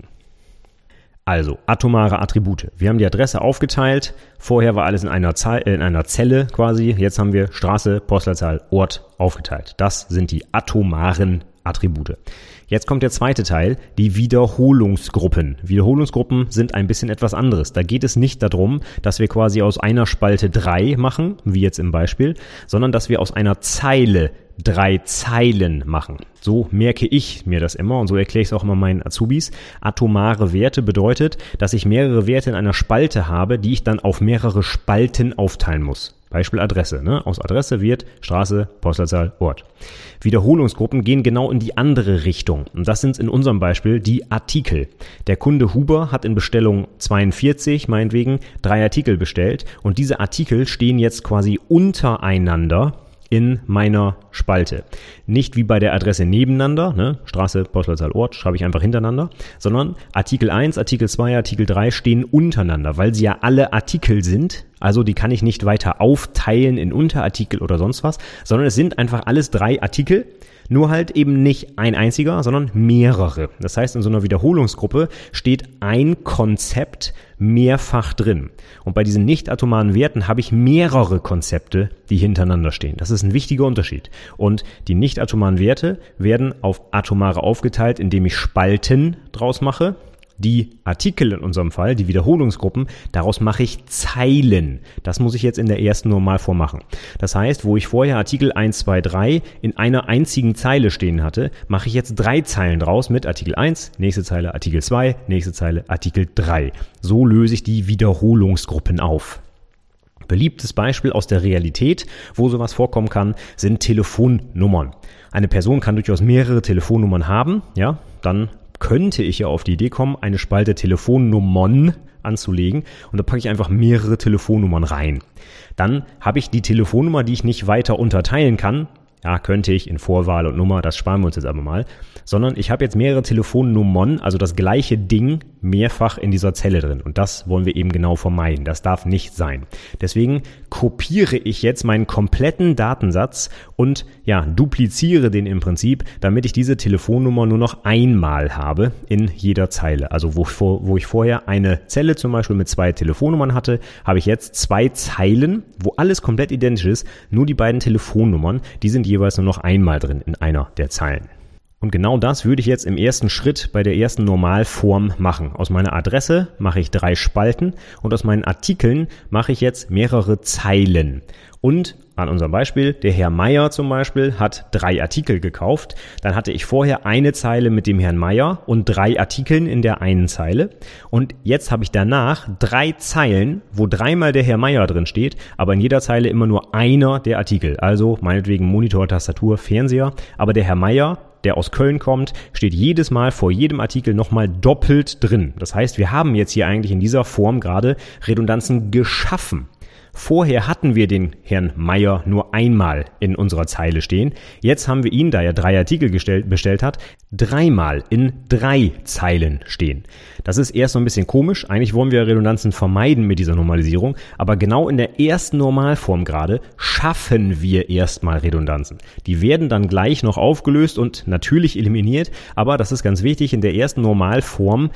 Also, atomare Attribute. Wir haben die Adresse aufgeteilt. Vorher war alles in einer, Zahl, in einer Zelle quasi. Jetzt haben wir Straße, Postleitzahl, Ort aufgeteilt. Das sind die atomaren Attribute. Jetzt kommt der zweite Teil, die Wiederholungsgruppen. Wiederholungsgruppen sind ein bisschen etwas anderes. Da geht es nicht darum, dass wir quasi aus einer Spalte drei machen, wie jetzt im Beispiel, sondern dass wir aus einer Zeile drei Zeilen machen. So merke ich mir das immer und so erkläre ich es auch immer meinen Azubis. Atomare Werte bedeutet, dass ich mehrere Werte in einer Spalte habe, die ich dann auf mehrere Spalten aufteilen muss. Beispiel Adresse. Ne? Aus Adresse wird Straße, Postleitzahl, Ort. Wiederholungsgruppen gehen genau in die andere Richtung. Und das sind in unserem Beispiel die Artikel. Der Kunde Huber hat in Bestellung zweiundvierzig, meinetwegen, drei Artikel bestellt. Und diese Artikel stehen jetzt quasi untereinander in meiner Spalte. Nicht wie bei der Adresse nebeneinander, ne? Straße, Postleitzahl, Ort, schreibe ich einfach hintereinander, sondern Artikel eins, Artikel zwei, Artikel drei stehen untereinander, weil sie ja alle Artikel sind. Also die kann ich nicht weiter aufteilen in Unterartikel oder sonst was, sondern es sind einfach alles drei Artikel, nur halt eben nicht ein einziger, sondern mehrere. Das heißt, in so einer Wiederholungsgruppe steht ein Konzept mehrfach drin. Und bei diesen nicht-atomaren Werten habe ich mehrere Konzepte, die hintereinander stehen. Das ist ein wichtiger Unterschied. Und die nicht-atomaren Werte werden auf atomare aufgeteilt, indem ich Spalten draus mache. Die Artikel in unserem Fall, die Wiederholungsgruppen, daraus mache ich Zeilen. Das muss ich jetzt in der ersten Normalform machen. Das heißt, wo ich vorher Artikel eins, zwei, drei in einer einzigen Zeile stehen hatte, mache ich jetzt drei Zeilen draus mit Artikel eins, nächste Zeile Artikel zwei, nächste Zeile Artikel drei. So löse ich die Wiederholungsgruppen auf. Beliebtes Beispiel aus der Realität, wo sowas vorkommen kann, sind Telefonnummern. Eine Person kann durchaus mehrere Telefonnummern haben, ja, dann könnte ich ja auf die Idee kommen, eine Spalte Telefonnummern anzulegen und da packe ich einfach mehrere Telefonnummern rein. Dann habe ich die Telefonnummer, die ich nicht weiter unterteilen kann. Ja, könnte ich in Vorwahl und Nummer, das sparen wir uns jetzt aber mal. Sondern ich habe jetzt mehrere Telefonnummern, also das gleiche Ding mehrfach in dieser Zelle drin. Und das wollen wir eben genau vermeiden. Das darf nicht sein. Deswegen kopiere ich jetzt meinen kompletten Datensatz und ja, dupliziere den im Prinzip, damit ich diese Telefonnummer nur noch einmal habe in jeder Zeile. Also wo, wo ich vorher eine Zelle zum Beispiel mit zwei Telefonnummern hatte, habe ich jetzt zwei Zeilen, wo alles komplett identisch ist, nur die beiden Telefonnummern, die sind jeweils nur noch einmal drin in einer der Zeilen. Und genau das würde ich jetzt im ersten Schritt bei der ersten Normalform machen. Aus meiner Adresse mache ich drei Spalten und aus meinen Artikeln mache ich jetzt mehrere Zeilen. Und an unserem Beispiel, der Herr Meier zum Beispiel hat drei Artikel gekauft. Dann hatte ich vorher eine Zeile mit dem Herrn Meier und drei Artikeln in der einen Zeile. Und jetzt habe ich danach drei Zeilen, wo dreimal der Herr Meier drin steht, aber in jeder Zeile immer nur einer der Artikel. Also meinetwegen Monitor, Tastatur, Fernseher. Aber der Herr Meier, der aus Köln kommt, steht jedes Mal vor jedem Artikel nochmal doppelt drin. Das heißt, wir haben jetzt hier eigentlich in dieser Form gerade Redundanzen geschaffen. Vorher hatten wir den Herrn Meier nur einmal in unserer Zeile stehen. Jetzt haben wir ihn, da er drei Artikel gestellt, bestellt hat, dreimal in drei Zeilen stehen. Das ist erst so ein bisschen komisch. Eigentlich wollen wir Redundanzen vermeiden mit dieser Normalisierung. Aber genau in der ersten Normalform gerade schaffen wir erstmal Redundanzen. Die werden dann gleich noch aufgelöst und natürlich eliminiert. Aber das ist ganz wichtig, in der ersten Normalform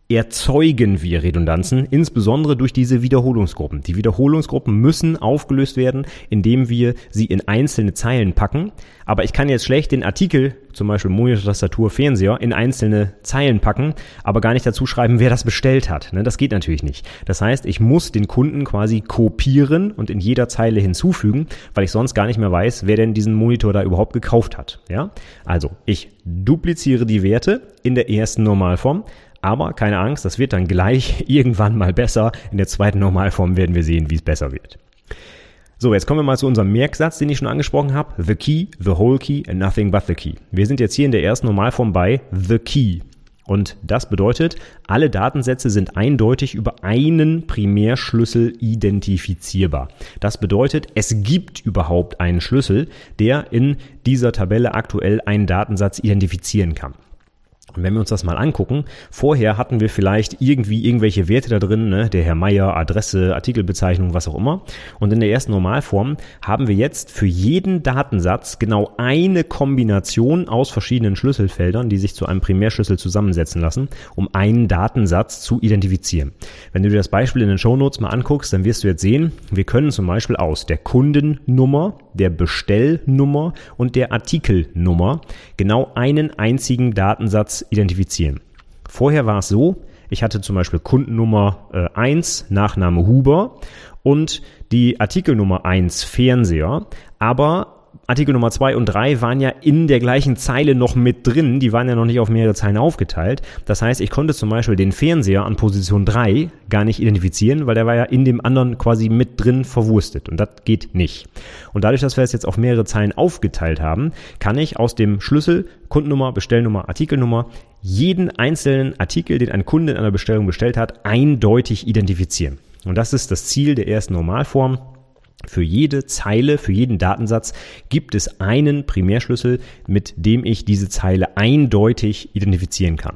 erzeugen wir Redundanzen, insbesondere durch diese Wiederholungsgruppen. Die Wiederholungsgruppen müssen aufgelöst werden, indem wir sie in einzelne Zeilen packen. Aber ich kann jetzt schlecht den Artikel, zum Beispiel Monitor, Tastatur, Fernseher, in einzelne Zeilen packen, aber gar nicht dazu schreiben, wer das bestellt hat. Das geht natürlich nicht. Das heißt, ich muss den Kunden quasi kopieren und in jeder Zeile hinzufügen, weil ich sonst gar nicht mehr weiß, wer denn diesen Monitor da überhaupt gekauft hat. Ja? Also, ich dupliziere die Werte in der ersten Normalform. Aber keine Angst, das wird dann gleich irgendwann mal besser. In der zweiten Normalform werden wir sehen, wie es besser wird. So, jetzt kommen wir mal zu unserem Merksatz, den ich schon angesprochen habe. The key, the whole key and nothing but the key. Wir sind jetzt hier in der ersten Normalform bei the key. Und das bedeutet, alle Datensätze sind eindeutig über einen Primärschlüssel identifizierbar. Das bedeutet, es gibt überhaupt einen Schlüssel, der in dieser Tabelle aktuell einen Datensatz identifizieren kann. Und wenn wir uns das mal angucken, vorher hatten wir vielleicht irgendwie irgendwelche Werte da drin, ne? Der Herr Meier, Adresse, Artikelbezeichnung, was auch immer. Und in der ersten Normalform haben wir jetzt für jeden Datensatz genau eine Kombination aus verschiedenen Schlüsselfeldern, die sich zu einem Primärschlüssel zusammensetzen lassen, um einen Datensatz zu identifizieren. Wenn du dir das Beispiel in den Shownotes mal anguckst, dann wirst du jetzt sehen, wir können zum Beispiel aus der Kundennummer, der Bestellnummer und der Artikelnummer genau einen einzigen Datensatz identifizieren. Vorher war es so, ich hatte zum Beispiel Kundennummer äh, eins, Nachname Huber und die Artikelnummer eins Fernseher, aber Artikel Nummer zwei und drei waren ja in der gleichen Zeile noch mit drin, die waren ja noch nicht auf mehrere Zeilen aufgeteilt. Das heißt, ich konnte zum Beispiel den Fernseher an Position drei gar nicht identifizieren, weil der war ja in dem anderen quasi mit drin verwurstet und das geht nicht. Und dadurch, dass wir es jetzt auf mehrere Zeilen aufgeteilt haben, kann ich aus dem Schlüssel Kundennummer, Bestellnummer, Artikelnummer jeden einzelnen Artikel, den ein Kunde in einer Bestellung bestellt hat, eindeutig identifizieren. Und das ist das Ziel der ersten Normalform. Für jede Zeile, für jeden Datensatz gibt es einen Primärschlüssel, mit dem ich diese Zeile eindeutig identifizieren kann.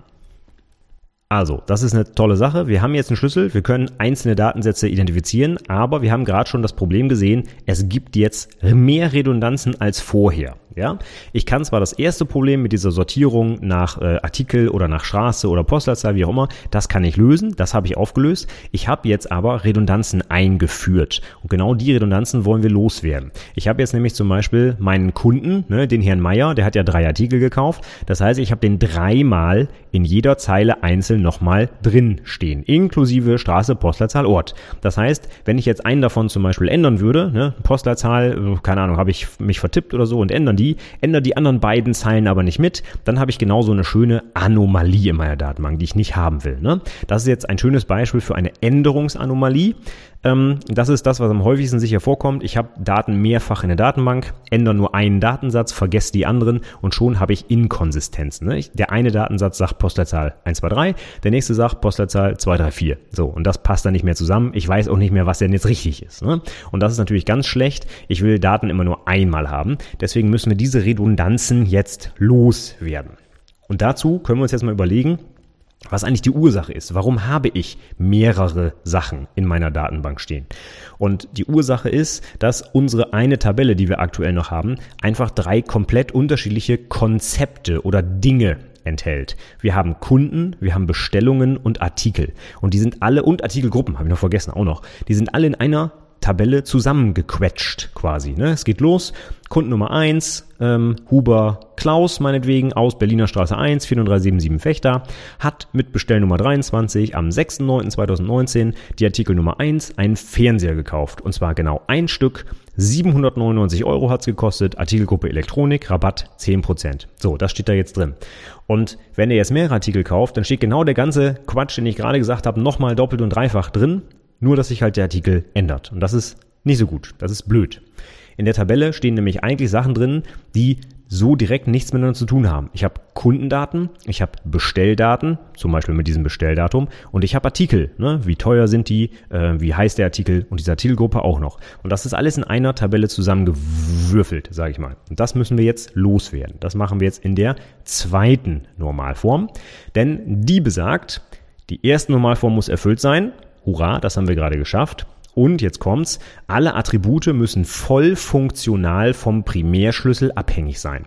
Also, das ist eine tolle Sache. Wir haben jetzt einen Schlüssel, wir können einzelne Datensätze identifizieren, aber wir haben gerade schon das Problem gesehen, es gibt jetzt mehr Redundanzen als vorher. Ja, ich kann zwar das erste Problem mit dieser Sortierung nach äh, Artikel oder nach Straße oder Postleitzahl, wie auch immer, das kann ich lösen, das habe ich aufgelöst. Ich habe jetzt aber Redundanzen eingeführt und genau die Redundanzen wollen wir loswerden. Ich habe jetzt nämlich zum Beispiel meinen Kunden, ne, den Herrn Meier, der hat ja drei Artikel gekauft. Das heißt, ich habe den dreimal in jeder Zeile einzeln nochmal drin stehen, inklusive Straße, Postleitzahl, Ort. Das heißt, wenn ich jetzt einen davon zum Beispiel ändern würde, ne, Postleitzahl, keine Ahnung, habe ich mich vertippt oder so und ändern die, ändere die anderen beiden Zeilen aber nicht mit, dann habe ich genauso eine schöne Anomalie in meiner Datenbank, die ich nicht haben will. Ne? Das ist jetzt ein schönes Beispiel für eine Änderungsanomalie. Ähm, das ist das, was am häufigsten sicher vorkommt. Ich habe Daten mehrfach in der Datenbank, ändere nur einen Datensatz, vergesse die anderen und schon habe ich Inkonsistenzen. Ne? Ich, der eine Datensatz sagt Postleitzahl eins zwei drei, der nächste sagt Postleitzahl zwei drei vier. So, und das passt dann nicht mehr zusammen. Ich weiß auch nicht mehr, was denn jetzt richtig ist. Ne? Und das ist natürlich ganz schlecht. Ich will Daten immer nur einmal haben. Deswegen müssen wir diese Redundanzen jetzt loswerden. Und dazu können wir uns jetzt mal überlegen, was eigentlich die Ursache ist. Warum habe ich mehrere Sachen in meiner Datenbank stehen? Und die Ursache ist, dass unsere eine Tabelle, die wir aktuell noch haben, einfach drei komplett unterschiedliche Konzepte oder Dinge enthält. Wir haben Kunden, wir haben Bestellungen und Artikel. Und die sind alle, und Artikelgruppen, habe ich noch vergessen, auch noch. Die sind alle in einer Tabelle zusammengequetscht quasi. Ne? Es geht los, Kunden Nummer eins, ähm, Huber Klaus meinetwegen aus Berliner Straße eins, vier drei sieben sieben Fechter, hat mit Bestellnummer dreiundzwanzig am sechster neunter zweitausendneunzehn die Artikel Nummer eins einen Fernseher gekauft. Und zwar genau ein Stück, siebenhundertneunundneunzig Euro hat's gekostet, Artikelgruppe Elektronik, Rabatt zehn Prozent. So, das steht da jetzt drin. Und wenn ihr jetzt mehrere Artikel kauft, dann steht genau der ganze Quatsch, den ich gerade gesagt habe, nochmal doppelt und dreifach drin. Nur, dass sich halt der Artikel ändert. Und das ist nicht so gut. Das ist blöd. In der Tabelle stehen nämlich eigentlich Sachen drin, die so direkt nichts miteinander zu tun haben. Ich habe Kundendaten, ich habe Bestelldaten, zum Beispiel mit diesem Bestelldatum, und ich habe Artikel. Ne? Wie teuer sind die, äh, wie heißt der Artikel und diese Artikelgruppe auch noch. Und das ist alles in einer Tabelle zusammengewürfelt, sage ich mal. Und das müssen wir jetzt loswerden. Das machen wir jetzt in der zweiten Normalform. Denn die besagt, die erste Normalform muss erfüllt sein. Hurra, das haben wir gerade geschafft. Und jetzt kommt's, alle Attribute müssen voll funktional vom Primärschlüssel abhängig sein.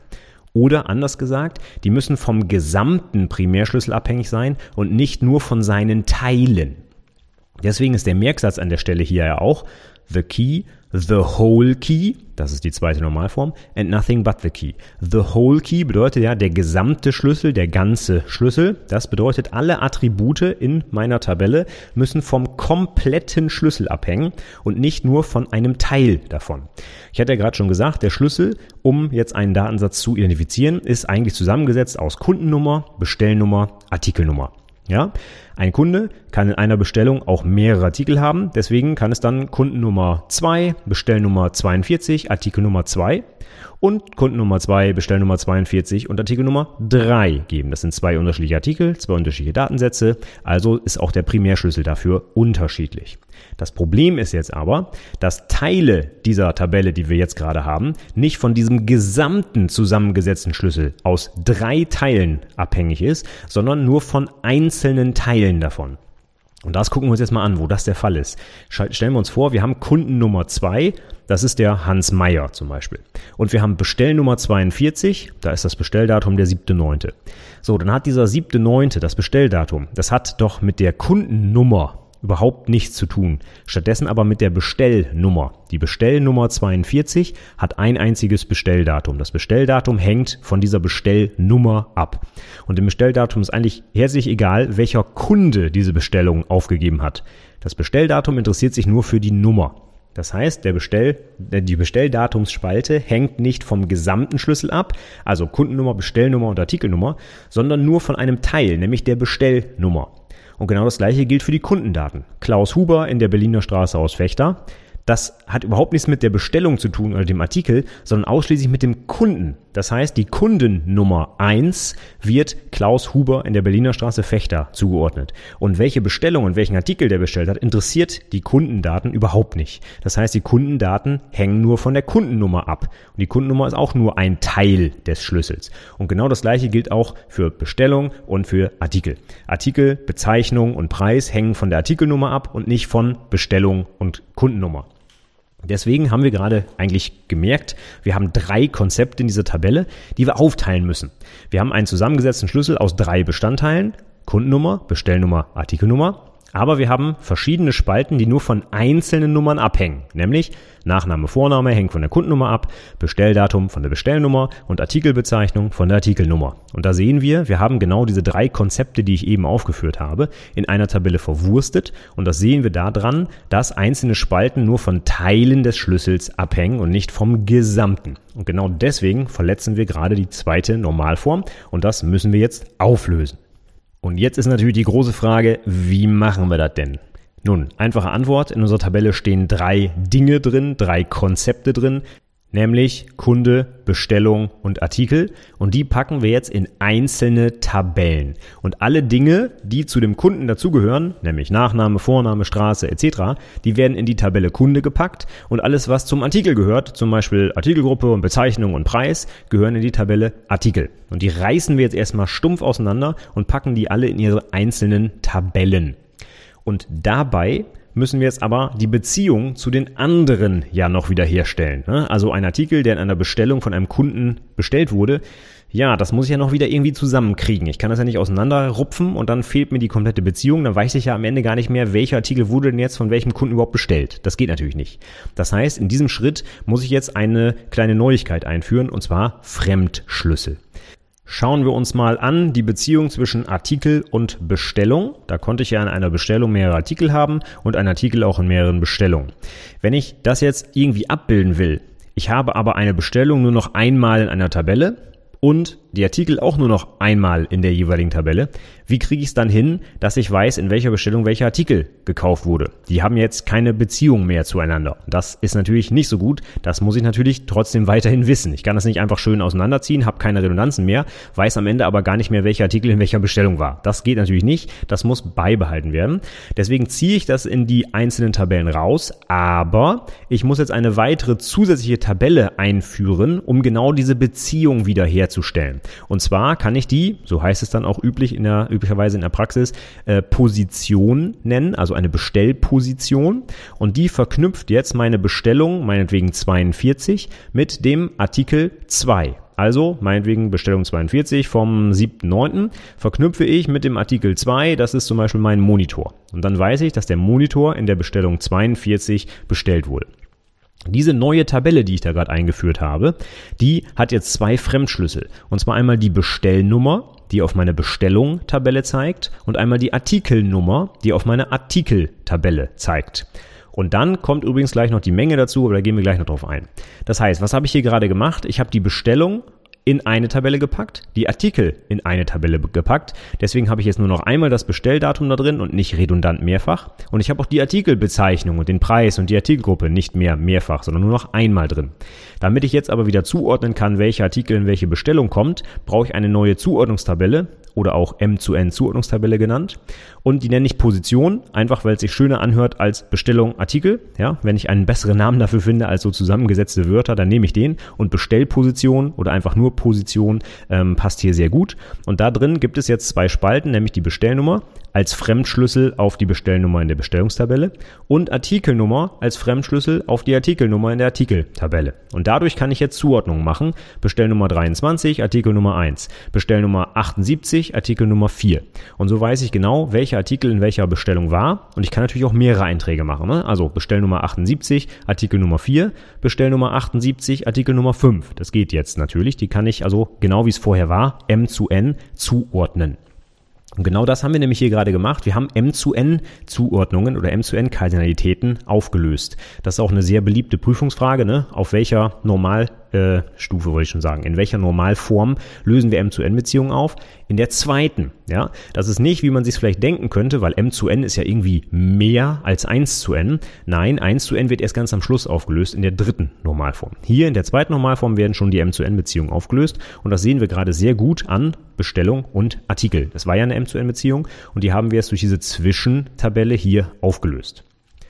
Oder anders gesagt, die müssen vom gesamten Primärschlüssel abhängig sein und nicht nur von seinen Teilen. Deswegen ist der Merksatz an der Stelle hier ja auch the key, the whole key, das ist die zweite Normalform, and nothing but the key. The whole key bedeutet ja der gesamte Schlüssel, der ganze Schlüssel. Das bedeutet, alle Attribute in meiner Tabelle müssen vom kompletten Schlüssel abhängen und nicht nur von einem Teil davon. Ich hatte ja gerade schon gesagt, der Schlüssel, um jetzt einen Datensatz zu identifizieren, ist eigentlich zusammengesetzt aus Kundennummer, Bestellnummer, Artikelnummer. Ja, ein Kunde kann in einer Bestellung auch mehrere Artikel haben, deswegen kann es dann Kundennummer zwei, Bestellnummer zweiundvierzig, Artikelnummer zwei und Kundennummer zwei, Bestellnummer zweiundvierzig und Artikelnummer drei geben. Das sind zwei unterschiedliche Artikel, zwei unterschiedliche Datensätze, also ist auch der Primärschlüssel dafür unterschiedlich. Das Problem ist jetzt aber, dass Teile dieser Tabelle, die wir jetzt gerade haben, nicht von diesem gesamten zusammengesetzten Schlüssel aus drei Teilen abhängig ist, sondern nur von einzelnen Teilen davon. Und das gucken wir uns jetzt mal an, wo das der Fall ist. Stellen wir uns vor, wir haben Kundennummer zwei, das ist der Hans Meier zum Beispiel. Und wir haben Bestellnummer zweiundvierzig, da ist das Bestelldatum der siebte neunte So, dann hat dieser siebte neunte das Bestelldatum, das hat doch mit der Kundennummer überhaupt nichts zu tun. Stattdessen aber mit der Bestellnummer. Die Bestellnummer zweiundvierzig hat ein einziges Bestelldatum. Das Bestelldatum hängt von dieser Bestellnummer ab. Und im Bestelldatum ist eigentlich herzlich egal, welcher Kunde diese Bestellung aufgegeben hat. Das Bestelldatum interessiert sich nur für die Nummer. Das heißt, der Bestell, die Bestelldatumsspalte hängt nicht vom gesamten Schlüssel ab, also Kundennummer, Bestellnummer und Artikelnummer, sondern nur von einem Teil, nämlich der Bestellnummer. Und genau das Gleiche gilt für die Kundendaten. Klaus Huber in der Berliner Straße aus Vechta. Das hat überhaupt nichts mit der Bestellung zu tun oder dem Artikel, sondern ausschließlich mit dem Kunden. Das heißt, die Kundennummer eins wird Klaus Huber in der Berliner Straße Vechta zugeordnet. Und welche Bestellung und welchen Artikel der bestellt hat, interessiert die Kundendaten überhaupt nicht. Das heißt, die Kundendaten hängen nur von der Kundennummer ab. Und die Kundennummer ist auch nur ein Teil des Schlüssels. Und genau das Gleiche gilt auch für Bestellung und für Artikel. Artikel, Bezeichnung und Preis hängen von der Artikelnummer ab und nicht von Bestellung und Kundennummer. Deswegen haben wir gerade eigentlich gemerkt, wir haben drei Konzepte in dieser Tabelle, die wir aufteilen müssen. Wir haben einen zusammengesetzten Schlüssel aus drei Bestandteilen, Kundennummer, Bestellnummer, Artikelnummer. Aber wir haben verschiedene Spalten, die nur von einzelnen Nummern abhängen, nämlich Nachname, Vorname hängt von der Kundennummer ab, Bestelldatum von der Bestellnummer und Artikelbezeichnung von der Artikelnummer. Und da sehen wir, wir haben genau diese drei Konzepte, die ich eben aufgeführt habe, in einer Tabelle verwurstet. Und das sehen wir daran, dass einzelne Spalten nur von Teilen des Schlüssels abhängen und nicht vom Gesamten. Und genau deswegen verletzen wir gerade die zweite Normalform und das müssen wir jetzt auflösen. Und jetzt ist natürlich die große Frage, wie machen wir das denn? Nun, einfache Antwort, in unserer Tabelle stehen drei Dinge drin, drei Konzepte drin, nämlich Kunde, Bestellung und Artikel. Und die packen wir jetzt in einzelne Tabellen. Und alle Dinge, die zu dem Kunden dazugehören, nämlich Nachname, Vorname, Straße et cetera, die werden in die Tabelle Kunde gepackt. Und alles, was zum Artikel gehört, zum Beispiel Artikelgruppe und Bezeichnung und Preis, gehören in die Tabelle Artikel. Und die reißen wir jetzt erstmal stumpf auseinander und packen die alle in ihre einzelnen Tabellen. Und dabei müssen wir jetzt aber die Beziehung zu den anderen ja noch wieder herstellen. Also ein Artikel, der in einer Bestellung von einem Kunden bestellt wurde, ja, das muss ich ja noch wieder irgendwie zusammenkriegen. Ich kann das ja nicht auseinanderrupfen und dann fehlt mir die komplette Beziehung. Dann weiß ich ja am Ende gar nicht mehr, welcher Artikel wurde denn jetzt von welchem Kunden überhaupt bestellt. Das geht natürlich nicht. Das heißt, in diesem Schritt muss ich jetzt eine kleine Neuigkeit einführen, und zwar Fremdschlüssel. Schauen wir uns mal an die Beziehung zwischen Artikel und Bestellung. Da konnte ich ja in einer Bestellung mehrere Artikel haben und einen Artikel auch in mehreren Bestellungen. Wenn ich das jetzt irgendwie abbilden will, ich habe aber eine Bestellung nur noch einmal in einer Tabelle und die Artikel auch nur noch einmal in der jeweiligen Tabelle. Wie kriege ich es dann hin, dass ich weiß, in welcher Bestellung welcher Artikel gekauft wurde? Die haben jetzt keine Beziehung mehr zueinander. Das ist natürlich nicht so gut. Das muss ich natürlich trotzdem weiterhin wissen. Ich kann das nicht einfach schön auseinanderziehen, habe keine Redundanzen mehr, weiß am Ende aber gar nicht mehr, welcher Artikel in welcher Bestellung war. Das geht natürlich nicht. Das muss beibehalten werden. Deswegen ziehe ich das in die einzelnen Tabellen raus, aber ich muss jetzt eine weitere zusätzliche Tabelle einführen, um genau diese Beziehung wieder herzustellen. Und zwar kann ich die, so heißt es dann auch üblich in der, üblicherweise in der Praxis, äh, Position nennen, also eine Bestellposition. Und die verknüpft jetzt meine Bestellung, meinetwegen zweiundvierzig, mit dem Artikel zwei. Also meinetwegen Bestellung zweiundvierzig vom siebten neunten verknüpfe ich mit dem Artikel zwei, das ist zum Beispiel mein Monitor. Und dann weiß ich, dass der Monitor in der Bestellung zweiundvierzig bestellt wurde. Diese neue Tabelle, die ich da gerade eingeführt habe, die hat jetzt zwei Fremdschlüssel. Und zwar einmal die Bestellnummer, die auf meine Bestellung-Tabelle zeigt, und einmal die Artikelnummer, die auf meine Artikel-Tabelle zeigt. Und dann kommt übrigens gleich noch die Menge dazu, aber da gehen wir gleich noch drauf ein. Das heißt, was habe ich hier gerade gemacht? Ich habe die Bestellung in eine Tabelle gepackt, die Artikel in eine Tabelle gepackt. Deswegen habe ich jetzt nur noch einmal das Bestelldatum da drin und nicht redundant mehrfach. Und ich habe auch die Artikelbezeichnung und den Preis und die Artikelgruppe nicht mehr mehrfach, sondern nur noch einmal drin. Damit ich jetzt aber wieder zuordnen kann, welcher Artikel in welche Bestellung kommt, brauche ich eine neue Zuordnungstabelle oder auch M zu N Zuordnungstabelle genannt. Und die nenne ich Position, einfach weil es sich schöner anhört als Bestellung Artikel. Ja, wenn ich einen besseren Namen dafür finde als so zusammengesetzte Wörter, dann nehme ich den. Und Bestellposition oder einfach nur Position ähm, passt hier sehr gut. Und da drin gibt es jetzt zwei Spalten, nämlich die Bestellnummer als Fremdschlüssel auf die Bestellnummer in der Bestellungstabelle und Artikelnummer als Fremdschlüssel auf die Artikelnummer in der Artikeltabelle. Und dadurch kann ich jetzt Zuordnungen machen. Bestellnummer dreiundzwanzig, Artikelnummer eins. Bestellnummer achtundsiebzig, Artikelnummer vier. Und so weiß ich genau, welcher Artikel in welcher Bestellung war. Und ich kann natürlich auch mehrere Einträge machen. Ne? Also Bestellnummer achtundsiebzig, Artikelnummer vier, Bestellnummer achtundsiebzig, Artikelnummer fünf. Das geht jetzt natürlich. Die kann ich also, genau wie es vorher war, M zu N zuordnen. Und genau das haben wir nämlich hier gerade gemacht. Wir haben M zu N Zuordnungen oder M zu N Kardinalitäten aufgelöst. Das ist auch eine sehr beliebte Prüfungsfrage, ne? Auf welcher Normalstufe, äh, Stufe wollte ich schon sagen, in welcher Normalform lösen wir M zu N Beziehungen auf? In der zweiten, ja. Das ist nicht, wie man sich vielleicht denken könnte, weil M zu N ist ja irgendwie mehr als eins zu N. Nein, eins zu N wird erst ganz am Schluss aufgelöst, in der dritten Normalform. Hier in der zweiten Normalform werden schon die M zu N Beziehungen aufgelöst und das sehen wir gerade sehr gut an Bestellung und Artikel. Das war ja eine M zu N Beziehung und die haben wir jetzt durch diese Zwischentabelle hier aufgelöst.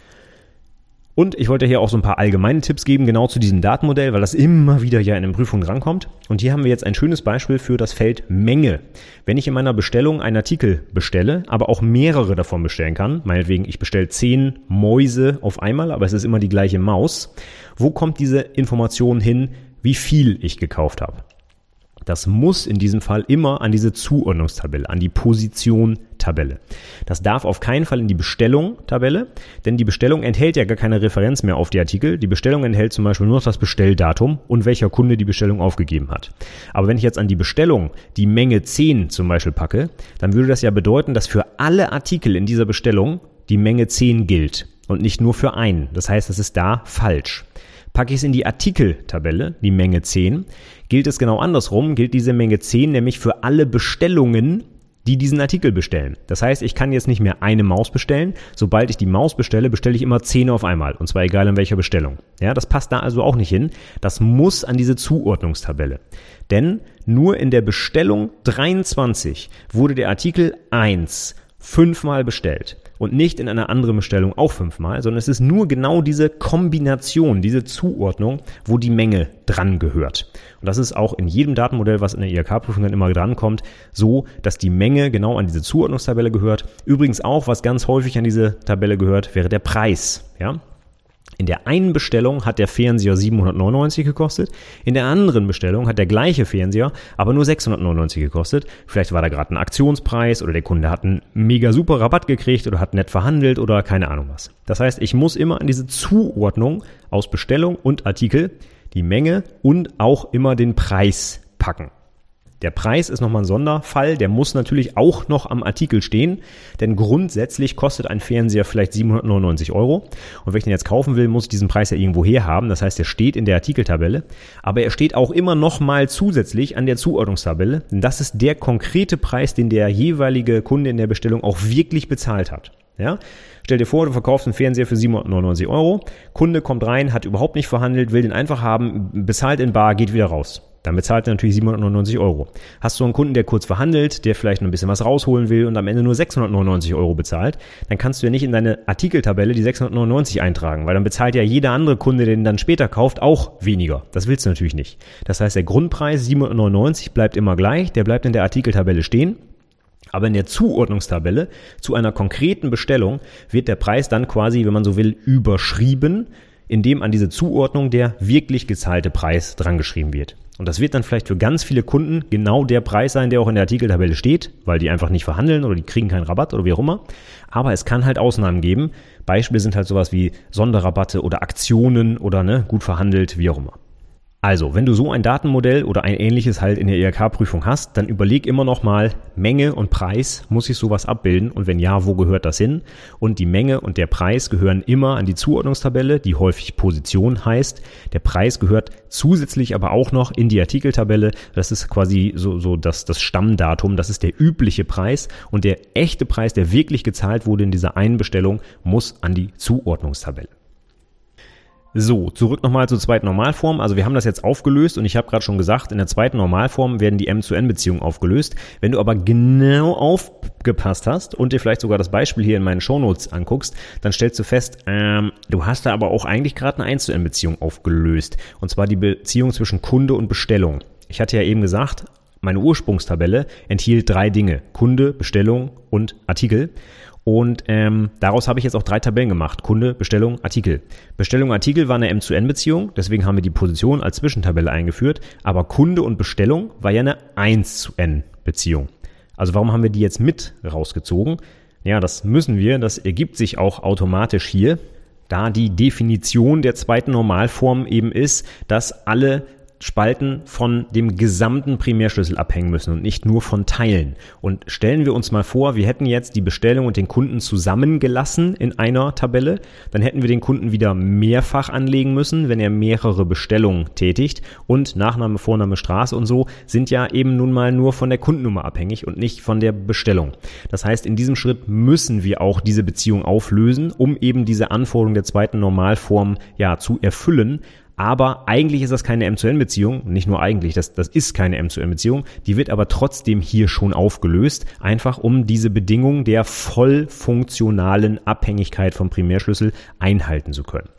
Und ich wollte hier auch so ein paar allgemeine Tipps geben, genau zu diesem Datenmodell, weil das immer wieder ja in den Prüfungen drankommt. Und hier haben wir jetzt ein schönes Beispiel für das Feld Menge. Wenn ich in meiner Bestellung einen Artikel bestelle, aber auch mehrere davon bestellen kann, meinetwegen ich bestelle zehn Mäuse auf einmal, aber es ist immer die gleiche Maus, wo kommt diese Information hin, wie viel ich gekauft habe? Das muss in diesem Fall immer an diese Zuordnungstabelle, an die Position-Tabelle. Das darf auf keinen Fall in die Bestellung-Tabelle, denn die Bestellung enthält ja gar keine Referenz mehr auf die Artikel. Die Bestellung enthält zum Beispiel nur noch das Bestelldatum und welcher Kunde die Bestellung aufgegeben hat. Aber wenn ich jetzt an die Bestellung die Menge zehn zum Beispiel packe, dann würde das ja bedeuten, dass für alle Artikel in dieser Bestellung die Menge zehn gilt und nicht nur für einen. Das heißt, das ist da falsch. Packe ich es in die Artikeltabelle, die Menge zehn, gilt es genau andersrum, gilt diese Menge zehn nämlich für alle Bestellungen, die diesen Artikel bestellen. Das heißt, ich kann jetzt nicht mehr eine Maus bestellen. Sobald ich die Maus bestelle, bestelle ich immer zehn auf einmal. Und zwar egal in welcher Bestellung. Ja, das passt da also auch nicht hin. Das muss an diese Zuordnungstabelle. Denn nur in der Bestellung dreiundzwanzig wurde der Artikel eins fünfmal bestellt. Und nicht in einer anderen Bestellung auch fünfmal, sondern es ist nur genau diese Kombination, diese Zuordnung, wo die Menge dran gehört. Und das ist auch in jedem Datenmodell, was in der I H K-Prüfung dann immer drankommt, so, dass die Menge genau an diese Zuordnungstabelle gehört. Übrigens auch, was ganz häufig an diese Tabelle gehört, wäre der Preis. Ja? In der einen Bestellung hat der Fernseher siebenhundertneunundneunzig gekostet, in der anderen Bestellung hat der gleiche Fernseher aber nur sechshundertneunundneunzig gekostet. Vielleicht war da gerade ein Aktionspreis oder der Kunde hat einen mega super Rabatt gekriegt oder hat nett verhandelt oder keine Ahnung was. Das heißt, ich muss immer an diese Zuordnung aus Bestellung und Artikel die Menge und auch immer den Preis packen. Der Preis ist nochmal ein Sonderfall, der muss natürlich auch noch am Artikel stehen, denn grundsätzlich kostet ein Fernseher vielleicht siebenhundertneunundneunzig Euro und wenn ich den jetzt kaufen will, muss ich diesen Preis ja irgendwo her haben, das heißt, er steht in der Artikeltabelle, aber er steht auch immer nochmal zusätzlich an der Zuordnungstabelle, denn das ist der konkrete Preis, den der jeweilige Kunde in der Bestellung auch wirklich bezahlt hat. Ja? Stell dir vor, du verkaufst einen Fernseher für siebenhundertneunundneunzig Euro, Kunde kommt rein, hat überhaupt nicht verhandelt, will den einfach haben, bezahlt in bar, geht wieder raus. Dann bezahlt er natürlich siebenhundertneunundneunzig Euro. Hast du einen Kunden, der kurz verhandelt, der vielleicht noch ein bisschen was rausholen will und am Ende nur sechshundertneunundneunzig Euro bezahlt, dann kannst du ja nicht in deine Artikeltabelle die sechshundertneunundneunzig eintragen, weil dann bezahlt ja jeder andere Kunde, der den dann später kauft, auch weniger. Das willst du natürlich nicht. Das heißt, der Grundpreis siebenhundertneunundneunzig bleibt immer gleich, der bleibt in der Artikeltabelle stehen. Aber in der Zuordnungstabelle zu einer konkreten Bestellung wird der Preis dann quasi, wenn man so will, überschrieben in dem an diese Zuordnung der wirklich gezahlte Preis drangeschrieben wird. Und das wird dann vielleicht für ganz viele Kunden genau der Preis sein, der auch in der Artikeltabelle steht, weil die einfach nicht verhandeln oder die kriegen keinen Rabatt oder wie auch immer. Aber es kann halt Ausnahmen geben. Beispiele sind halt sowas wie Sonderrabatte oder Aktionen oder ne, gut verhandelt, wie auch immer. Also, wenn du so ein Datenmodell oder ein ähnliches halt in der I H K-Prüfung hast, dann überleg immer noch mal, Menge und Preis, muss ich sowas abbilden? Und wenn ja, wo gehört das hin? Und die Menge und der Preis gehören immer an die Zuordnungstabelle, die häufig Position heißt. Der Preis gehört zusätzlich aber auch noch in die Artikeltabelle. Das ist quasi so, so das, das Stammdatum, das ist der übliche Preis. Und der echte Preis, der wirklich gezahlt wurde in dieser einen Bestellung, muss an die Zuordnungstabelle. So, zurück nochmal zur zweiten Normalform. Also wir haben das jetzt aufgelöst und ich habe gerade schon gesagt, in der zweiten Normalform werden die M zu N Beziehungen aufgelöst. Wenn du aber genau aufgepasst hast und dir vielleicht sogar das Beispiel hier in meinen Shownotes anguckst, dann stellst du fest, ähm, du hast da aber auch eigentlich gerade eine eins zu N Beziehung aufgelöst. Und zwar die Beziehung zwischen Kunde und Bestellung. Ich hatte ja eben gesagt, meine Ursprungstabelle enthielt drei Dinge: Kunde, Bestellung und Artikel. Und ähm, daraus habe ich jetzt auch drei Tabellen gemacht. Kunde, Bestellung, Artikel. Bestellung, Artikel war eine M zu N Beziehung, deswegen haben wir die Position als Zwischentabelle eingeführt. Aber Kunde und Bestellung war ja eine eins zu N Beziehung. Also warum haben wir die jetzt mit rausgezogen? Ja, das müssen wir, das ergibt sich auch automatisch hier, da die Definition der zweiten Normalform eben ist, dass alle Spalten von dem gesamten Primärschlüssel abhängen müssen und nicht nur von Teilen. Und stellen wir uns mal vor, wir hätten jetzt die Bestellung und den Kunden zusammengelassen in einer Tabelle, dann hätten wir den Kunden wieder mehrfach anlegen müssen, wenn er mehrere Bestellungen tätigt, und Nachname, Vorname, Straße und so sind ja eben nun mal nur von der Kundennummer abhängig und nicht von der Bestellung. Das heißt, in diesem Schritt müssen wir auch diese Beziehung auflösen, um eben diese Anforderung der zweiten Normalform ja zu erfüllen. Aber eigentlich ist das keine M zu N Beziehung, nicht nur eigentlich, das, das ist keine M zu N Beziehung, die wird aber trotzdem hier schon aufgelöst, einfach um diese Bedingung der voll funktionalen Abhängigkeit vom Primärschlüssel einhalten zu können.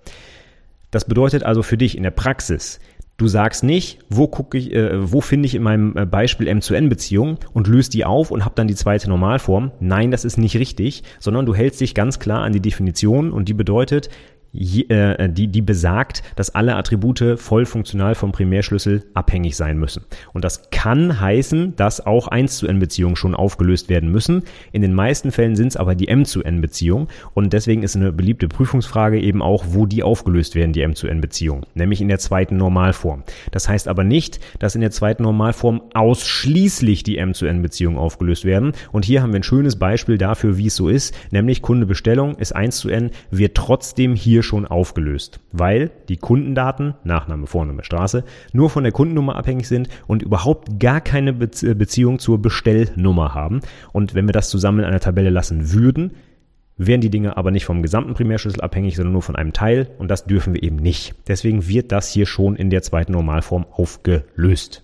Das bedeutet also für dich in der Praxis, du sagst nicht, wo gucke ich, äh, wo finde ich in meinem Beispiel M zu N Beziehung und löst die auf und habe dann die zweite Normalform. Nein, das ist nicht richtig, sondern du hältst dich ganz klar an die Definition und die bedeutet, Je, äh, die, die besagt, dass alle Attribute voll funktional vom Primärschlüssel abhängig sein müssen. Und das kann heißen, dass auch eins zu N Beziehungen schon aufgelöst werden müssen. In den meisten Fällen sind es aber die M zu N Beziehungen. Und deswegen ist eine beliebte Prüfungsfrage eben auch, wo die aufgelöst werden, die M zu N Beziehungen. Nämlich in der zweiten Normalform. Das heißt aber nicht, dass in der zweiten Normalform ausschließlich die M zu N Beziehungen aufgelöst werden. Und hier haben wir ein schönes Beispiel dafür, wie es so ist. Nämlich Kunde-Bestellung ist eins zu N, wird trotzdem hier schon aufgelöst, weil die Kundendaten, Nachname, Vorname, Straße, nur von der Kundennummer abhängig sind und überhaupt gar keine Beziehung zur Bestellnummer haben. Und wenn wir das zusammen in einer Tabelle lassen würden, wären die Dinge aber nicht vom gesamten Primärschlüssel abhängig, sondern nur von einem Teil, und das dürfen wir eben nicht. Deswegen wird das hier schon in der zweiten Normalform aufgelöst.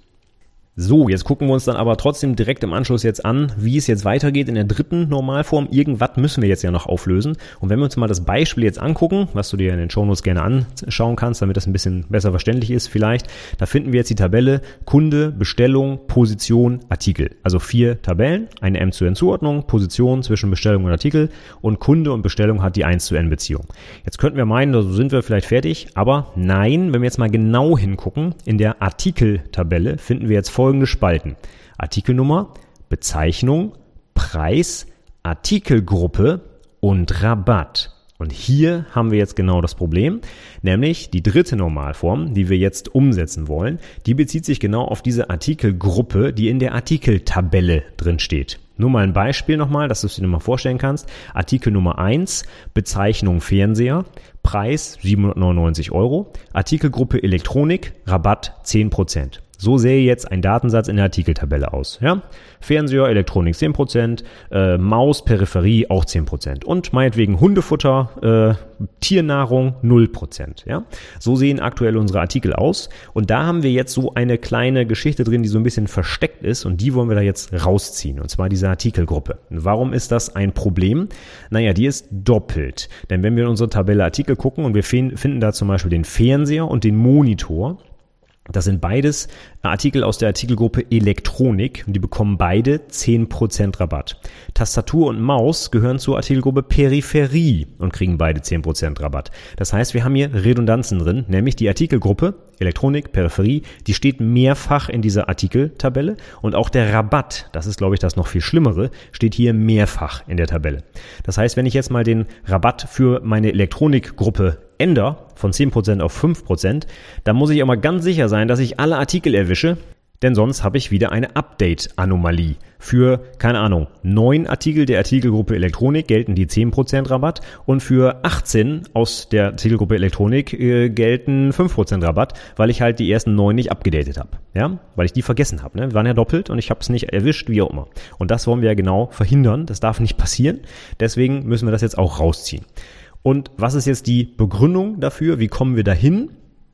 So, jetzt gucken wir uns dann aber trotzdem direkt im Anschluss jetzt an, wie es jetzt weitergeht in der dritten Normalform. Irgendwas müssen wir jetzt ja noch auflösen. Und wenn wir uns mal das Beispiel jetzt angucken, was du dir in den Shownotes gerne anschauen kannst, damit das ein bisschen besser verständlich ist vielleicht, da finden wir jetzt die Tabelle Kunde, Bestellung, Position, Artikel. Also vier Tabellen, eine M zu N Zuordnung, Position zwischen Bestellung und Artikel, und Kunde und Bestellung hat die eins zu N Beziehung. Jetzt könnten wir meinen, da sind wir vielleicht fertig, aber nein, wenn wir jetzt mal genau hingucken, in der Artikeltabelle finden wir jetzt folgende folgende Spalten: Artikelnummer, Bezeichnung, Preis, Artikelgruppe und Rabatt. Und hier haben wir jetzt genau das Problem, nämlich die dritte Normalform, die wir jetzt umsetzen wollen, die bezieht sich genau auf diese Artikelgruppe, die in der Artikeltabelle drin steht. Nur mal ein Beispiel nochmal, dass du es dir mal vorstellen kannst. Artikel Nummer eins, Bezeichnung Fernseher, Preis siebenhundertneunundneunzig Euro, Artikelgruppe Elektronik, Rabatt zehn Prozent. So sähe jetzt ein Datensatz in der Artikeltabelle aus. Ja? Fernseher, Elektronik zehn Prozent, äh, Maus, Peripherie auch zehn Prozent und meinetwegen Hundefutter, äh, Tiernahrung null Prozent. Ja? So sehen aktuell unsere Artikel aus, und da haben wir jetzt so eine kleine Geschichte drin, die so ein bisschen versteckt ist, und die wollen wir da jetzt rausziehen, und zwar diese Artikelgruppe. Warum ist das ein Problem? Naja, die ist doppelt, denn wenn wir in unsere Tabelle Artikel gucken und wir finden da zum Beispiel den Fernseher und den Monitor, Das sind beides Artikel aus der Artikelgruppe Elektronik und die bekommen beide zehn Prozent Rabatt. Tastatur und Maus gehören zur Artikelgruppe Peripherie und kriegen beide zehn Prozent Rabatt. Das heißt, wir haben hier Redundanzen drin, nämlich die Artikelgruppe Elektronik, Peripherie, die steht mehrfach in dieser Artikeltabelle und auch der Rabatt, das ist glaube ich das noch viel Schlimmere, steht hier mehrfach in der Tabelle. Das heißt, wenn ich jetzt mal den Rabatt für meine Elektronikgruppe ändere, von zehn Prozent auf fünf Prozent, dann muss ich aber ganz sicher sein, dass ich alle Artikel erwische, denn sonst habe ich wieder eine Update-Anomalie. Für, keine Ahnung, neun Artikel der Artikelgruppe Elektronik gelten die zehn Prozent Rabatt und für achtzehn aus der Artikelgruppe Elektronik äh, gelten fünf Prozent Rabatt, weil ich halt die ersten neun nicht abgedatet habe. Ja, weil ich die vergessen habe. Ne? Wir waren ja doppelt und ich habe es nicht erwischt, wie auch immer. Und das wollen wir ja genau verhindern. Das darf nicht passieren. Deswegen müssen wir das jetzt auch rausziehen. Und was ist jetzt die Begründung dafür? Wie kommen wir dahin?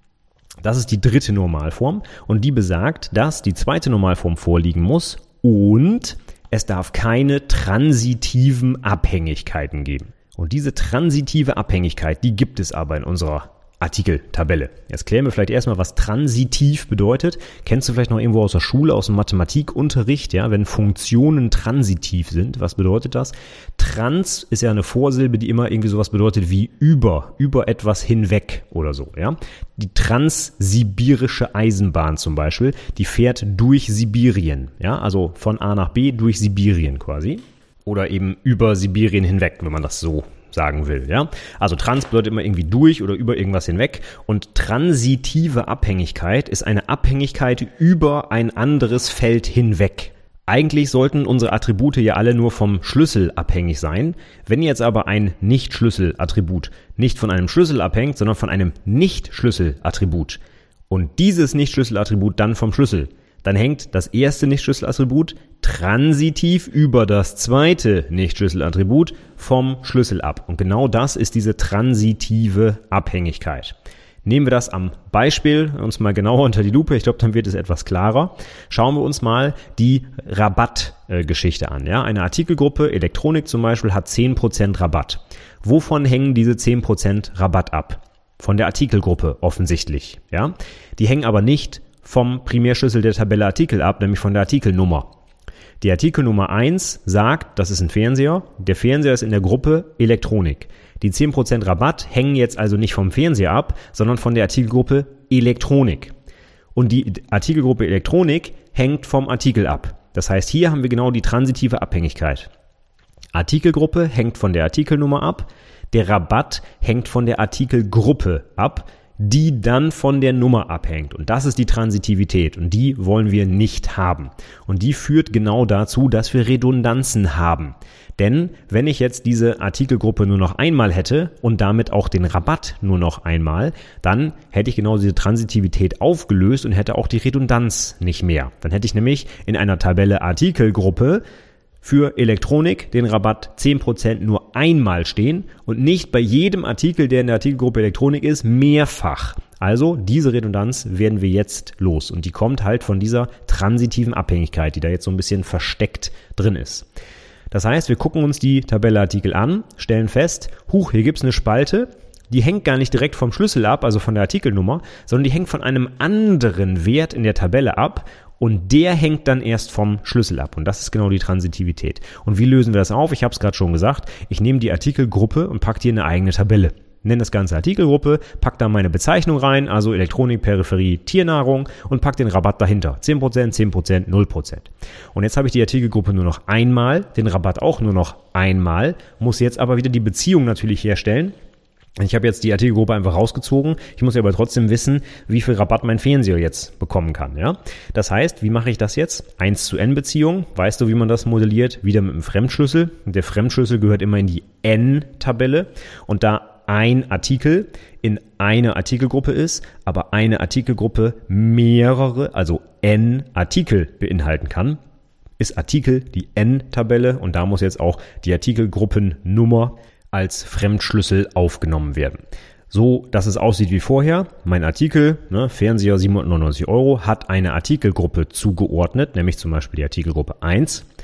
Das ist die dritte Normalform und die besagt, dass die zweite Normalform vorliegen muss und es darf keine transitiven Abhängigkeiten geben. Und diese transitive Abhängigkeit, die gibt es aber in unserer Artikeltabelle. Jetzt klären wir vielleicht erstmal, was transitiv bedeutet. Kennst du vielleicht noch irgendwo aus der Schule, aus dem Mathematikunterricht, ja, wenn Funktionen transitiv sind? Was bedeutet das? Trans ist ja eine Vorsilbe, die immer irgendwie sowas bedeutet wie über, über etwas hinweg oder so, ja. Die transsibirische Eisenbahn zum Beispiel, die fährt durch Sibirien, ja, also von A nach B durch Sibirien quasi. Oder eben über Sibirien hinweg, wenn man das so sagen will, ja. Also trans bedeutet immer irgendwie durch oder über irgendwas hinweg und transitive Abhängigkeit ist eine Abhängigkeit über ein anderes Feld hinweg. Eigentlich sollten unsere Attribute ja alle nur vom Schlüssel abhängig sein. Wenn jetzt aber ein Nicht-Schlüssel-Attribut nicht von einem Schlüssel abhängt, sondern von einem Nicht-Schlüssel-Attribut und dieses Nicht-Schlüssel-Attribut dann vom Schlüssel, dann hängt das erste Nicht-Schlüssel-Attribut transitiv über das zweite Nicht-Schlüssel-Attribut vom Schlüssel ab. Und genau das ist diese transitive Abhängigkeit. Nehmen wir das am Beispiel uns mal genauer unter die Lupe. Ich glaube, dann wird es etwas klarer. Schauen wir uns mal die Rabattgeschichte an. Ja, eine Artikelgruppe, Elektronik zum Beispiel, hat zehn Prozent Rabatt. Wovon hängen diese zehn Prozent Rabatt ab? Von der Artikelgruppe offensichtlich. Ja, die hängen aber nicht vom Primärschlüssel der Tabelle Artikel ab, nämlich von der Artikelnummer. Die Artikelnummer eins sagt, das ist ein Fernseher. Der Fernseher ist in der Gruppe Elektronik. Die zehn Prozent Rabatt hängen jetzt also nicht vom Fernseher ab, sondern von der Artikelgruppe Elektronik. Und die Artikelgruppe Elektronik hängt vom Artikel ab. Das heißt, hier haben wir genau die transitive Abhängigkeit. Artikelgruppe hängt von der Artikelnummer ab. Der Rabatt hängt von der Artikelgruppe ab, die dann von der Nummer abhängt. Und das ist die Transitivität und die wollen wir nicht haben. Und die führt genau dazu, dass wir Redundanzen haben. Denn wenn ich jetzt diese Artikelgruppe nur noch einmal hätte und damit auch den Rabatt nur noch einmal, dann hätte ich genau diese Transitivität aufgelöst und hätte auch die Redundanz nicht mehr. Dann hätte ich nämlich in einer Tabelle Artikelgruppe für Elektronik den Rabatt zehn Prozent nur einmal stehen und nicht bei jedem Artikel, der in der Artikelgruppe Elektronik ist, mehrfach. Also diese Redundanz werden wir jetzt los und die kommt halt von dieser transitiven Abhängigkeit, die da jetzt so ein bisschen versteckt drin ist. Das heißt, wir gucken uns die Tabelle Artikel an, stellen fest, huch, hier gibt's eine Spalte, die hängt gar nicht direkt vom Schlüssel ab, also von der Artikelnummer, sondern die hängt von einem anderen Wert in der Tabelle ab. Und der hängt dann erst vom Schlüssel ab. Und das ist genau die Transitivität. Und wie lösen wir das auf? Ich habe es gerade schon gesagt. Ich nehme die Artikelgruppe und packe die in eine eigene Tabelle. Nenne das Ganze Artikelgruppe, pack da meine Bezeichnung rein, also Elektronik, Peripherie, Tiernahrung und pack den Rabatt dahinter. zehn Prozent, zehn Prozent, null Prozent. Und jetzt habe ich die Artikelgruppe nur noch einmal, den Rabatt auch nur noch einmal, muss jetzt aber wieder die Beziehung natürlich herstellen. Ich habe jetzt die Artikelgruppe einfach rausgezogen. Ich muss ja aber trotzdem wissen, wie viel Rabatt mein Fernseher jetzt bekommen kann. Ja? Das heißt, wie mache ich das jetzt? eins zu n Beziehung. Weißt du, wie man das modelliert? Wieder mit einem Fremdschlüssel. Und der Fremdschlüssel gehört immer in die N-Tabelle. Und da ein Artikel in eine Artikelgruppe ist, aber eine Artikelgruppe mehrere, also n Artikel beinhalten kann, ist Artikel die N-Tabelle. Und da muss jetzt auch die Artikelgruppennummer als Fremdschlüssel aufgenommen werden. So, dass es aussieht wie vorher. Mein Artikel, ne, Fernseher siebenhundertneunundneunzig Euro, hat eine Artikelgruppe zugeordnet, nämlich zum Beispiel die Artikelgruppe eins.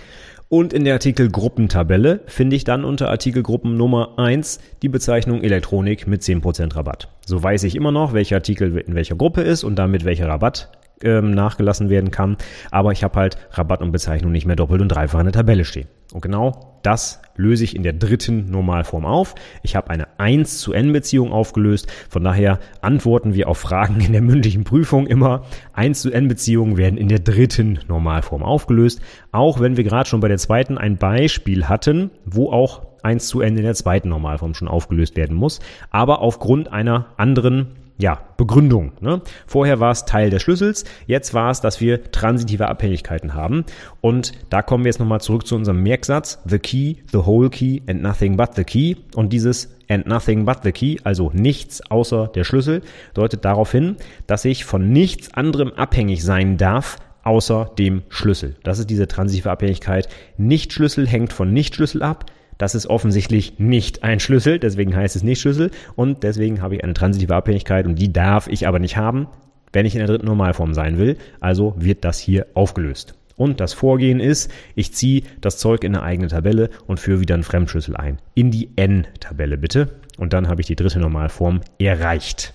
Und in der Artikelgruppentabelle finde ich dann unter Artikelgruppen Nummer eins die Bezeichnung Elektronik mit zehn Prozent Rabatt. So weiß ich immer noch, welcher Artikel in welcher Gruppe ist und damit welcher Rabatt ähm, nachgelassen werden kann. Aber ich habe halt Rabatt und Bezeichnung nicht mehr doppelt und dreifach in der Tabelle stehen. Und genau das löse ich in der dritten Normalform auf. Ich habe eine eins zu n Beziehung aufgelöst. Von daher antworten wir auf Fragen in der mündlichen Prüfung immer. eins zu n Beziehungen werden in der dritten Normalform aufgelöst. Auch wenn wir gerade schon bei der zweiten ein Beispiel hatten, wo auch eins zu n in der zweiten Normalform schon aufgelöst werden muss. Aber aufgrund einer anderen Ja, Begründung. Ne? Vorher war es Teil des Schlüssels, jetzt war es, dass wir transitive Abhängigkeiten haben. Und da kommen wir jetzt nochmal zurück zu unserem Merksatz. The key, the whole key and nothing but the key. Und dieses and nothing but the key, also nichts außer der Schlüssel, deutet darauf hin, dass ich von nichts anderem abhängig sein darf, außer dem Schlüssel. Das ist diese transitive Abhängigkeit. Nicht-Schlüssel hängt von Nicht-Schlüssel ab. Das ist offensichtlich nicht ein Schlüssel, deswegen heißt es nicht Schlüssel und deswegen habe ich eine transitive Abhängigkeit und die darf ich aber nicht haben, wenn ich in der dritten Normalform sein will. Also wird das hier aufgelöst. Und das Vorgehen ist, ich ziehe das Zeug in eine eigene Tabelle und führe wieder einen Fremdschlüssel ein. In die N-Tabelle bitte. Und dann habe ich die dritte Normalform erreicht.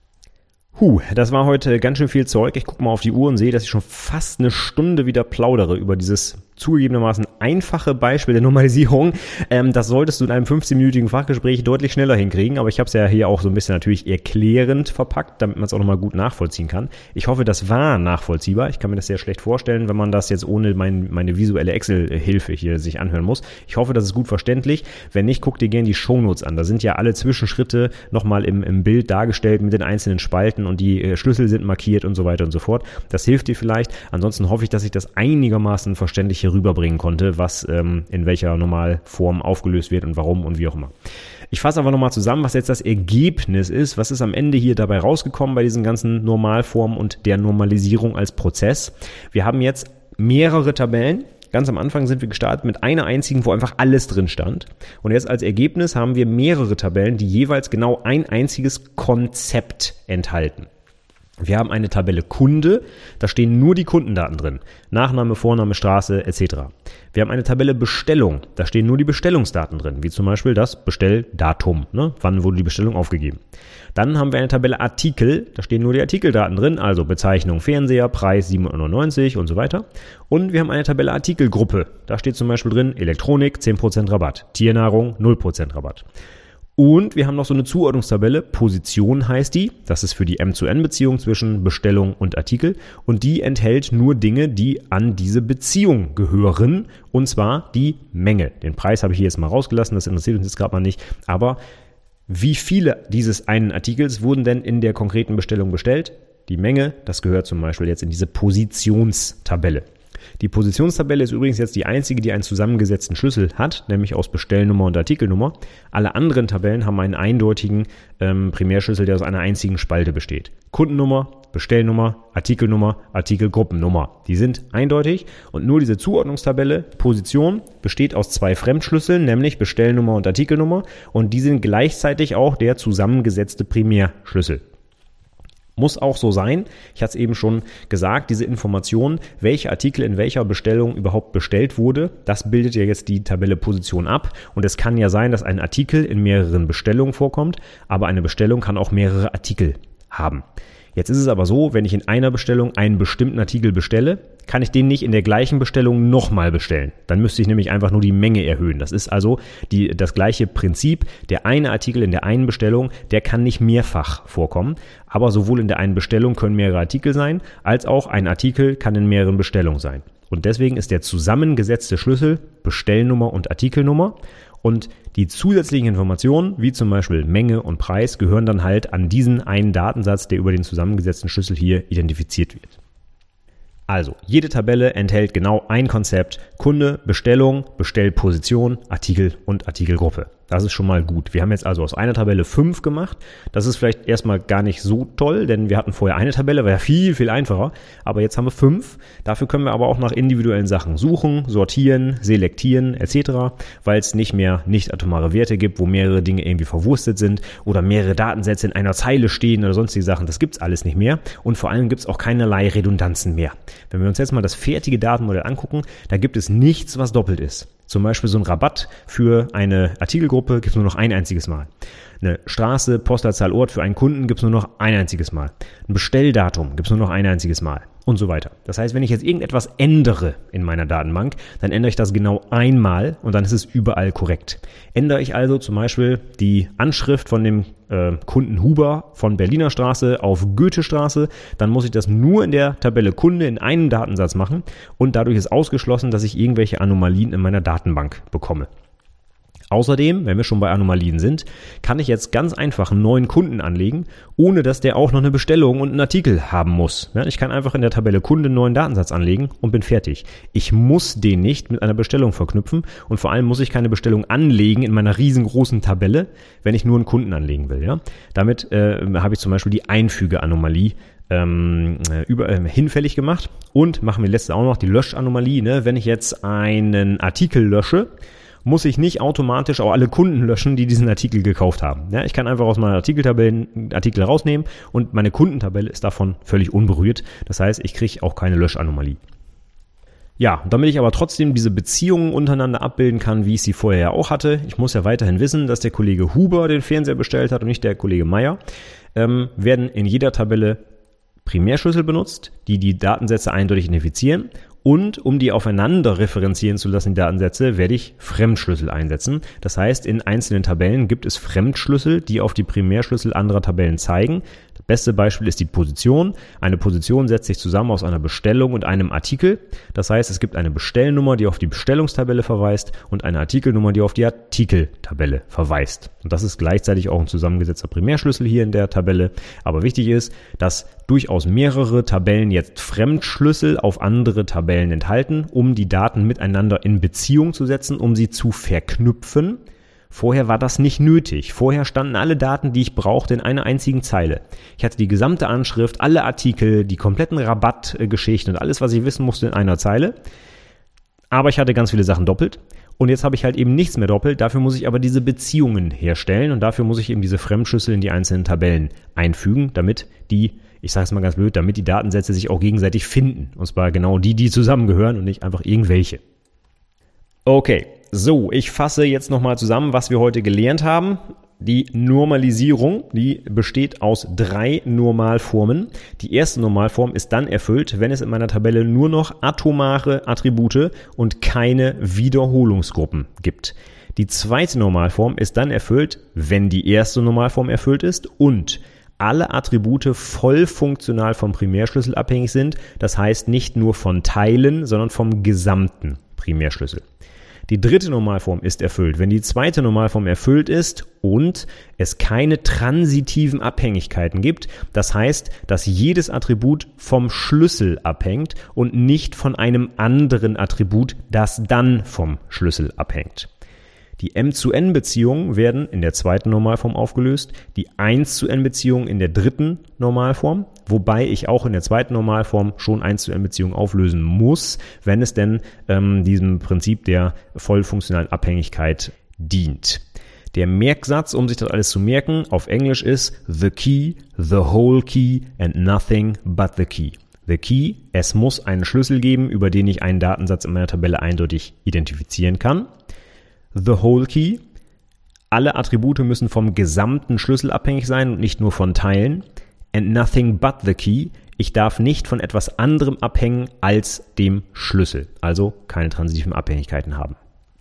Huh, das war heute ganz schön viel Zeug. Ich gucke mal auf die Uhr und sehe, dass ich schon fast eine Stunde wieder plaudere über dieses zugegebenermaßen einfache Beispiel der Normalisierung. Ähm, das solltest du in einem fünfzehnminütigen Fachgespräch deutlich schneller hinkriegen, aber ich habe es ja hier auch so ein bisschen natürlich erklärend verpackt, damit man es auch nochmal gut nachvollziehen kann. Ich hoffe, das war nachvollziehbar. Ich kann mir das sehr schlecht vorstellen, wenn man das jetzt ohne mein, meine visuelle Excel-Hilfe hier sich anhören muss. Ich hoffe, das ist gut verständlich. Wenn nicht, guck dir gerne die Shownotes an. Da sind ja alle Zwischenschritte nochmal im, im Bild dargestellt mit den einzelnen Spalten und die äh, Schlüssel sind markiert und so weiter und so fort. Das hilft dir vielleicht. Ansonsten hoffe ich, dass ich das einigermaßen verständlich hier rüberbringen konnte, was ähm, in welcher Normalform aufgelöst wird und warum und wie auch immer. Ich fasse aber nochmal zusammen, was jetzt das Ergebnis ist. Was ist am Ende hier dabei rausgekommen bei diesen ganzen Normalformen und der Normalisierung als Prozess? Wir haben jetzt mehrere Tabellen. Ganz am Anfang sind wir gestartet mit einer einzigen, wo einfach alles drin stand. Und jetzt als Ergebnis haben wir mehrere Tabellen, die jeweils genau ein einziges Konzept enthalten. Wir haben eine Tabelle Kunde, da stehen nur die Kundendaten drin. Nachname, Vorname, Straße et cetera. Wir haben eine Tabelle Bestellung, da stehen nur die Bestellungsdaten drin, wie zum Beispiel das Bestelldatum, ne? Wann wurde die Bestellung aufgegeben. Dann haben wir eine Tabelle Artikel, da stehen nur die Artikeldaten drin, also Bezeichnung Fernseher, Preis sieben Euro neunundneunzig und so weiter. Und wir haben eine Tabelle Artikelgruppe, da steht zum Beispiel drin Elektronik zehn Prozent Rabatt, Tiernahrung null Prozent Rabatt. Und wir haben noch so eine Zuordnungstabelle, Position heißt die, das ist für die M zu N Beziehung zwischen Bestellung und Artikel und die enthält nur Dinge, die an diese Beziehung gehören und zwar die Menge. Den Preis habe ich hier jetzt mal rausgelassen, das interessiert uns jetzt gerade mal nicht, aber wie viele dieses einen Artikels wurden denn in der konkreten Bestellung bestellt? Die Menge, das gehört zum Beispiel jetzt in diese Positionstabelle. Die Positionstabelle ist übrigens jetzt die einzige, die einen zusammengesetzten Schlüssel hat, nämlich aus Bestellnummer und Artikelnummer. Alle anderen Tabellen haben einen eindeutigen ähm, Primärschlüssel, der aus einer einzigen Spalte besteht. Kundennummer, Bestellnummer, Artikelnummer, Artikelgruppennummer. Die sind eindeutig und nur diese Zuordnungstabelle, Position, besteht aus zwei Fremdschlüsseln, nämlich Bestellnummer und Artikelnummer und die sind gleichzeitig auch der zusammengesetzte Primärschlüssel. Muss auch so sein. Ich hatte es eben schon gesagt, diese Information, welche Artikel in welcher Bestellung überhaupt bestellt wurde, das bildet ja jetzt die Tabelle Position ab. Und es kann ja sein, dass ein Artikel in mehreren Bestellungen vorkommt, aber eine Bestellung kann auch mehrere Artikel haben. Jetzt ist es aber so, wenn ich in einer Bestellung einen bestimmten Artikel bestelle, kann ich den nicht in der gleichen Bestellung nochmal bestellen. Dann müsste ich nämlich einfach nur die Menge erhöhen. Das ist also die, das gleiche Prinzip. Der eine Artikel in der einen Bestellung, der kann nicht mehrfach vorkommen. Aber sowohl in der einen Bestellung können mehrere Artikel sein, als auch ein Artikel kann in mehreren Bestellungen sein. Und deswegen ist der zusammengesetzte Schlüssel Bestellnummer und Artikelnummer. Und die zusätzlichen Informationen, wie zum Beispiel Menge und Preis, gehören dann halt an diesen einen Datensatz, der über den zusammengesetzten Schlüssel hier identifiziert wird. Also, jede Tabelle enthält genau ein Konzept: Kunde, Bestellung, Bestellposition, Artikel und Artikelgruppe. Das ist schon mal gut. Wir haben jetzt also aus einer Tabelle fünf gemacht. Das ist vielleicht erstmal gar nicht so toll, denn wir hatten vorher eine Tabelle, war ja viel, viel einfacher. Aber jetzt haben wir fünf. Dafür können wir aber auch nach individuellen Sachen suchen, sortieren, selektieren et cetera, weil es nicht mehr nicht atomare Werte gibt, wo mehrere Dinge irgendwie verwurstet sind oder mehrere Datensätze in einer Zeile stehen oder sonstige Sachen. Das gibt's alles nicht mehr. Und vor allem gibt's auch keinerlei Redundanzen mehr. Wenn wir uns jetzt mal das fertige Datenmodell angucken, da gibt es nichts, was doppelt ist. Zum Beispiel so ein Rabatt für eine Artikelgruppe gibt es nur noch ein einziges Mal. Eine Straße, Postleitzahl, Ort für einen Kunden gibt es nur noch ein einziges Mal. Ein Bestelldatum gibt es nur noch ein einziges Mal und so weiter. Das heißt, wenn ich jetzt irgendetwas ändere in meiner Datenbank, dann ändere ich das genau einmal und dann ist es überall korrekt. Ändere ich also zum Beispiel die Anschrift von dem äh, Kunden Huber von Berliner Straße auf Goethestraße, dann muss ich das nur in der Tabelle Kunde in einem Datensatz machen und dadurch ist ausgeschlossen, dass ich irgendwelche Anomalien in meiner Datenbank bekomme. Außerdem, wenn wir schon bei Anomalien sind, kann ich jetzt ganz einfach einen neuen Kunden anlegen, ohne dass der auch noch eine Bestellung und einen Artikel haben muss. Ja, ich kann einfach in der Tabelle Kunde einen neuen Datensatz anlegen und bin fertig. Ich muss den nicht mit einer Bestellung verknüpfen und vor allem muss ich keine Bestellung anlegen in meiner riesengroßen Tabelle, wenn ich nur einen Kunden anlegen will. Ja? Damit äh, habe ich zum Beispiel die Einfügeanomalie Ähm, über, äh, hinfällig gemacht und machen wir letzte auch noch die Löschanomalie. Ne? Wenn ich jetzt einen Artikel lösche, muss ich nicht automatisch auch alle Kunden löschen, die diesen Artikel gekauft haben. Ja, ich kann einfach aus meiner Artikeltabellen Artikel rausnehmen und meine Kundentabelle ist davon völlig unberührt. Das heißt, ich kriege auch keine Löschanomalie. Ja, damit ich aber trotzdem diese Beziehungen untereinander abbilden kann, wie ich sie vorher ja auch hatte. Ich muss ja weiterhin wissen, dass der Kollege Huber den Fernseher bestellt hat und nicht der Kollege Meier. Ähm, werden in jeder Tabelle Primärschlüssel benutzt, die die Datensätze eindeutig identifizieren. Und um die aufeinander referenzieren zu lassen, die Datensätze, werde ich Fremdschlüssel einsetzen. Das heißt, in einzelnen Tabellen gibt es Fremdschlüssel, die auf die Primärschlüssel anderer Tabellen zeigen. Das beste Beispiel ist die Position. Eine Position setzt sich zusammen aus einer Bestellung und einem Artikel. Das heißt, es gibt eine Bestellnummer, die auf die Bestellungstabelle verweist und eine Artikelnummer, die auf die Artikeltabelle verweist. Und das ist gleichzeitig auch ein zusammengesetzter Primärschlüssel hier in der Tabelle. Aber wichtig ist, dass durchaus mehrere Tabellen jetzt Fremdschlüssel auf andere Tabellen enthalten, um die Daten miteinander in Beziehung zu setzen, um sie zu verknüpfen. Vorher war das nicht nötig. Vorher standen alle Daten, die ich brauchte, in einer einzigen Zeile. Ich hatte die gesamte Anschrift, alle Artikel, die kompletten Rabattgeschichten und alles, was ich wissen musste, in einer Zeile. Aber ich hatte ganz viele Sachen doppelt. Und jetzt habe ich halt eben nichts mehr doppelt. Dafür muss ich aber diese Beziehungen herstellen und dafür muss ich eben diese Fremdschlüssel in die einzelnen Tabellen einfügen, damit die, ich sage es mal ganz blöd, damit die Datensätze sich auch gegenseitig finden. Und zwar genau die, die zusammengehören und nicht einfach irgendwelche. Okay, so, ich fasse jetzt nochmal zusammen, was wir heute gelernt haben. Die Normalisierung, die besteht aus drei Normalformen. Die erste Normalform ist dann erfüllt, wenn es in meiner Tabelle nur noch atomare Attribute und keine Wiederholungsgruppen gibt. Die zweite Normalform ist dann erfüllt, wenn die erste Normalform erfüllt ist und alle Attribute voll funktional vom Primärschlüssel abhängig sind. Das heißt nicht nur von Teilen, sondern vom gesamten Primärschlüssel. Die dritte Normalform ist erfüllt, wenn die zweite Normalform erfüllt ist und es keine transitiven Abhängigkeiten gibt. Das heißt, dass jedes Attribut vom Schlüssel abhängt und nicht von einem anderen Attribut, das dann vom Schlüssel abhängt. Die M zu N Beziehungen werden in der zweiten Normalform aufgelöst, die eins zu N Beziehungen in der dritten Normalform, wobei ich auch in der zweiten Normalform schon eins zu N Beziehungen auflösen muss, wenn es denn ähm, diesem Prinzip der vollfunktionalen Abhängigkeit dient. Der Merksatz, um sich das alles zu merken, auf Englisch ist the key, the whole key and nothing but the key. The key, es muss einen Schlüssel geben, über den ich einen Datensatz in meiner Tabelle eindeutig identifizieren kann. The whole key, alle Attribute müssen vom gesamten Schlüssel abhängig sein und nicht nur von Teilen. And nothing but the key, ich darf nicht von etwas anderem abhängen als dem Schlüssel, also keine transitiven Abhängigkeiten haben.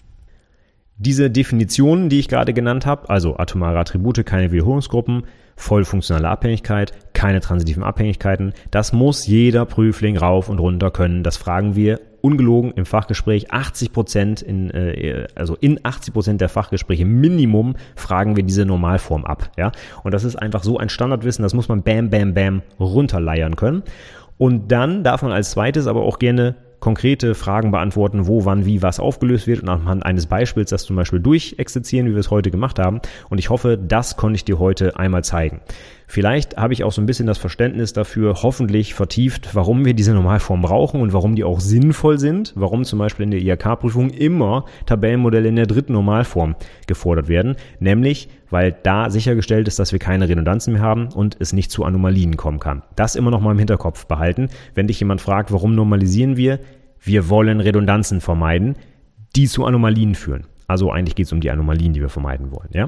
Diese Definitionen, die ich gerade genannt habe, also atomare Attribute, keine Wiederholungsgruppen, vollfunktionale Abhängigkeit, keine transitiven Abhängigkeiten, das muss jeder Prüfling rauf und runter können. Das fragen wir ungelogen im Fachgespräch. achtzig Prozent in, äh, also in achtzig Prozent der Fachgespräche Minimum fragen wir diese Normalform ab. Ja? Und das ist einfach so ein Standardwissen, das muss man bam, bam, bam runterleiern können. Und dann darf man als zweites aber auch gerne konkrete Fragen beantworten, wo, wann, wie, was aufgelöst wird und anhand eines Beispiels das zum Beispiel durchexerzieren, wie wir es heute gemacht haben. Und ich hoffe, das konnte ich dir heute einmal zeigen. Vielleicht habe ich auch so ein bisschen das Verständnis dafür hoffentlich vertieft, warum wir diese Normalform brauchen und warum die auch sinnvoll sind, warum zum Beispiel in der I H K-Prüfung immer Tabellenmodelle in der dritten Normalform gefordert werden, nämlich weil da sichergestellt ist, dass wir keine Redundanzen mehr haben und es nicht zu Anomalien kommen kann. Das immer noch mal im Hinterkopf behalten, wenn dich jemand fragt, warum normalisieren wir? Wir wollen Redundanzen vermeiden, die zu Anomalien führen. Also eigentlich geht es um die Anomalien, die wir vermeiden wollen, ja?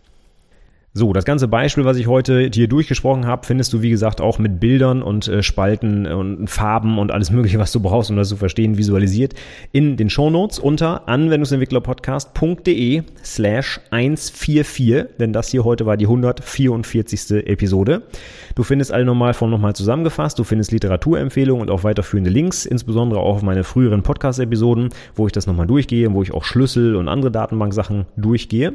So, das ganze Beispiel, was ich heute hier durchgesprochen habe, findest du, wie gesagt, auch mit Bildern und äh, Spalten und Farben und alles Mögliche, was du brauchst, um das zu verstehen, visualisiert, in den Shownotes unter anwendungsentwicklerpodcast.de slash hundertvierundvierzig, denn das hier heute war die hundertvierundvierzigste Episode. Du findest alle Normalformen nochmal zusammengefasst, du findest Literaturempfehlungen und auch weiterführende Links, insbesondere auch auf meine früheren Podcast-Episoden, wo ich das nochmal durchgehe, wo ich auch Schlüssel und andere Datenbanksachen durchgehe.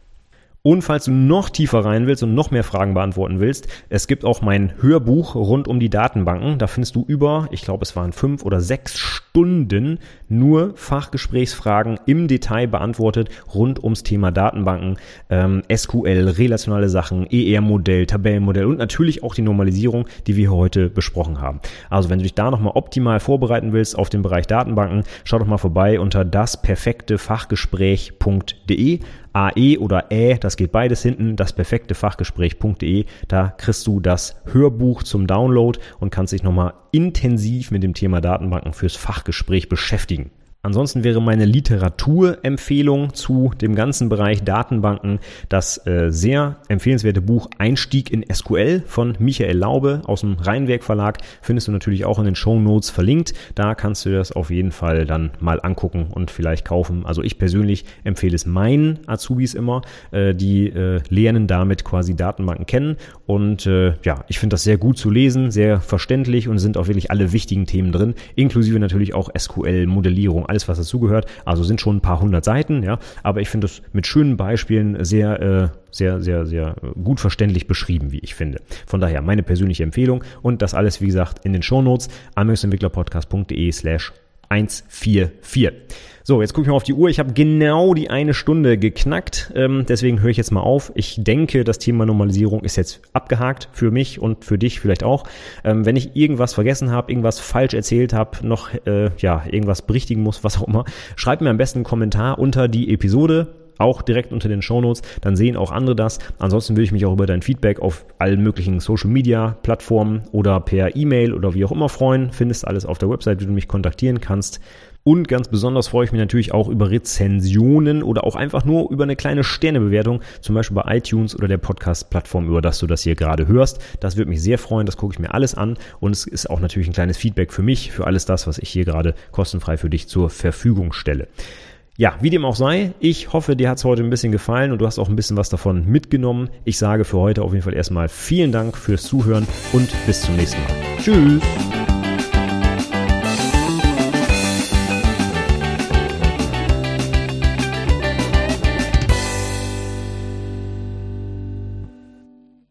Und falls du noch tiefer rein willst und noch mehr Fragen beantworten willst, es gibt auch mein Hörbuch rund um die Datenbanken. Da findest du über, ich glaube es waren fünf oder sechs Stunden, nur Fachgesprächsfragen im Detail beantwortet rund ums Thema Datenbanken, ähm, S Q L, relationale Sachen, E R-Modell, Tabellenmodell und natürlich auch die Normalisierung, die wir heute besprochen haben. Also wenn du dich da nochmal optimal vorbereiten willst auf den Bereich Datenbanken, schau doch mal vorbei unter das perfekte Fachgespräch punkt de. A E oder Ä, das geht beides hinten, das perfekte Fachgespräch punkt de. Da kriegst du das Hörbuch zum Download und kannst dich nochmal intensiv mit dem Thema Datenbanken fürs Fachgespräch beschäftigen. Ansonsten wäre meine Literaturempfehlung zu dem ganzen Bereich Datenbanken das äh, sehr empfehlenswerte Buch Einstieg in S Q L von Michael Laube aus dem Rheinwerk Verlag. Findest du natürlich auch in den Shownotes verlinkt. Da kannst du das auf jeden Fall dann mal angucken und vielleicht kaufen. Also ich persönlich empfehle es meinen Azubis immer. Äh, die äh, lernen damit quasi Datenbanken kennen. Und äh, ja, ich finde das sehr gut zu lesen, sehr verständlich und sind auch wirklich alle wichtigen Themen drin, inklusive natürlich auch S Q L-Modellierung. Alles, was dazugehört. Also sind schon ein paar hundert Seiten, ja. Aber ich finde das mit schönen Beispielen sehr, äh, sehr, sehr, sehr gut verständlich beschrieben, wie ich finde. Von daher meine persönliche Empfehlung und das alles, wie gesagt, in den Shownotes anwendungsentwicklerpodcast punkt de slash hundertvierundvierzig. So, jetzt gucke ich mal auf die Uhr. Ich habe genau die eine Stunde geknackt. Ähm, deswegen höre ich jetzt mal auf. Ich denke, das Thema Normalisierung ist jetzt abgehakt für mich und für dich vielleicht auch. Ähm, wenn ich irgendwas vergessen habe, irgendwas falsch erzählt habe, noch äh, ja irgendwas berichtigen muss, was auch immer, schreib mir am besten einen Kommentar unter die Episode. Auch direkt unter den Shownotes, dann sehen auch andere das. Ansonsten würde ich mich auch über dein Feedback auf allen möglichen Social-Media-Plattformen oder per E-Mail oder wie auch immer freuen. Findest alles auf der Website, wie du mich kontaktieren kannst. Und ganz besonders freue ich mich natürlich auch über Rezensionen oder auch einfach nur über eine kleine Sternebewertung, zum Beispiel bei iTunes oder der Podcast-Plattform, über das du das hier gerade hörst. Das würde mich sehr freuen, das gucke ich mir alles an und es ist auch natürlich ein kleines Feedback für mich, für alles das, was ich hier gerade kostenfrei für dich zur Verfügung stelle. Ja, wie dem auch sei, ich hoffe, dir hat es heute ein bisschen gefallen und du hast auch ein bisschen was davon mitgenommen. Ich sage für heute auf jeden Fall erstmal vielen Dank fürs Zuhören und bis zum nächsten Mal. Tschüss!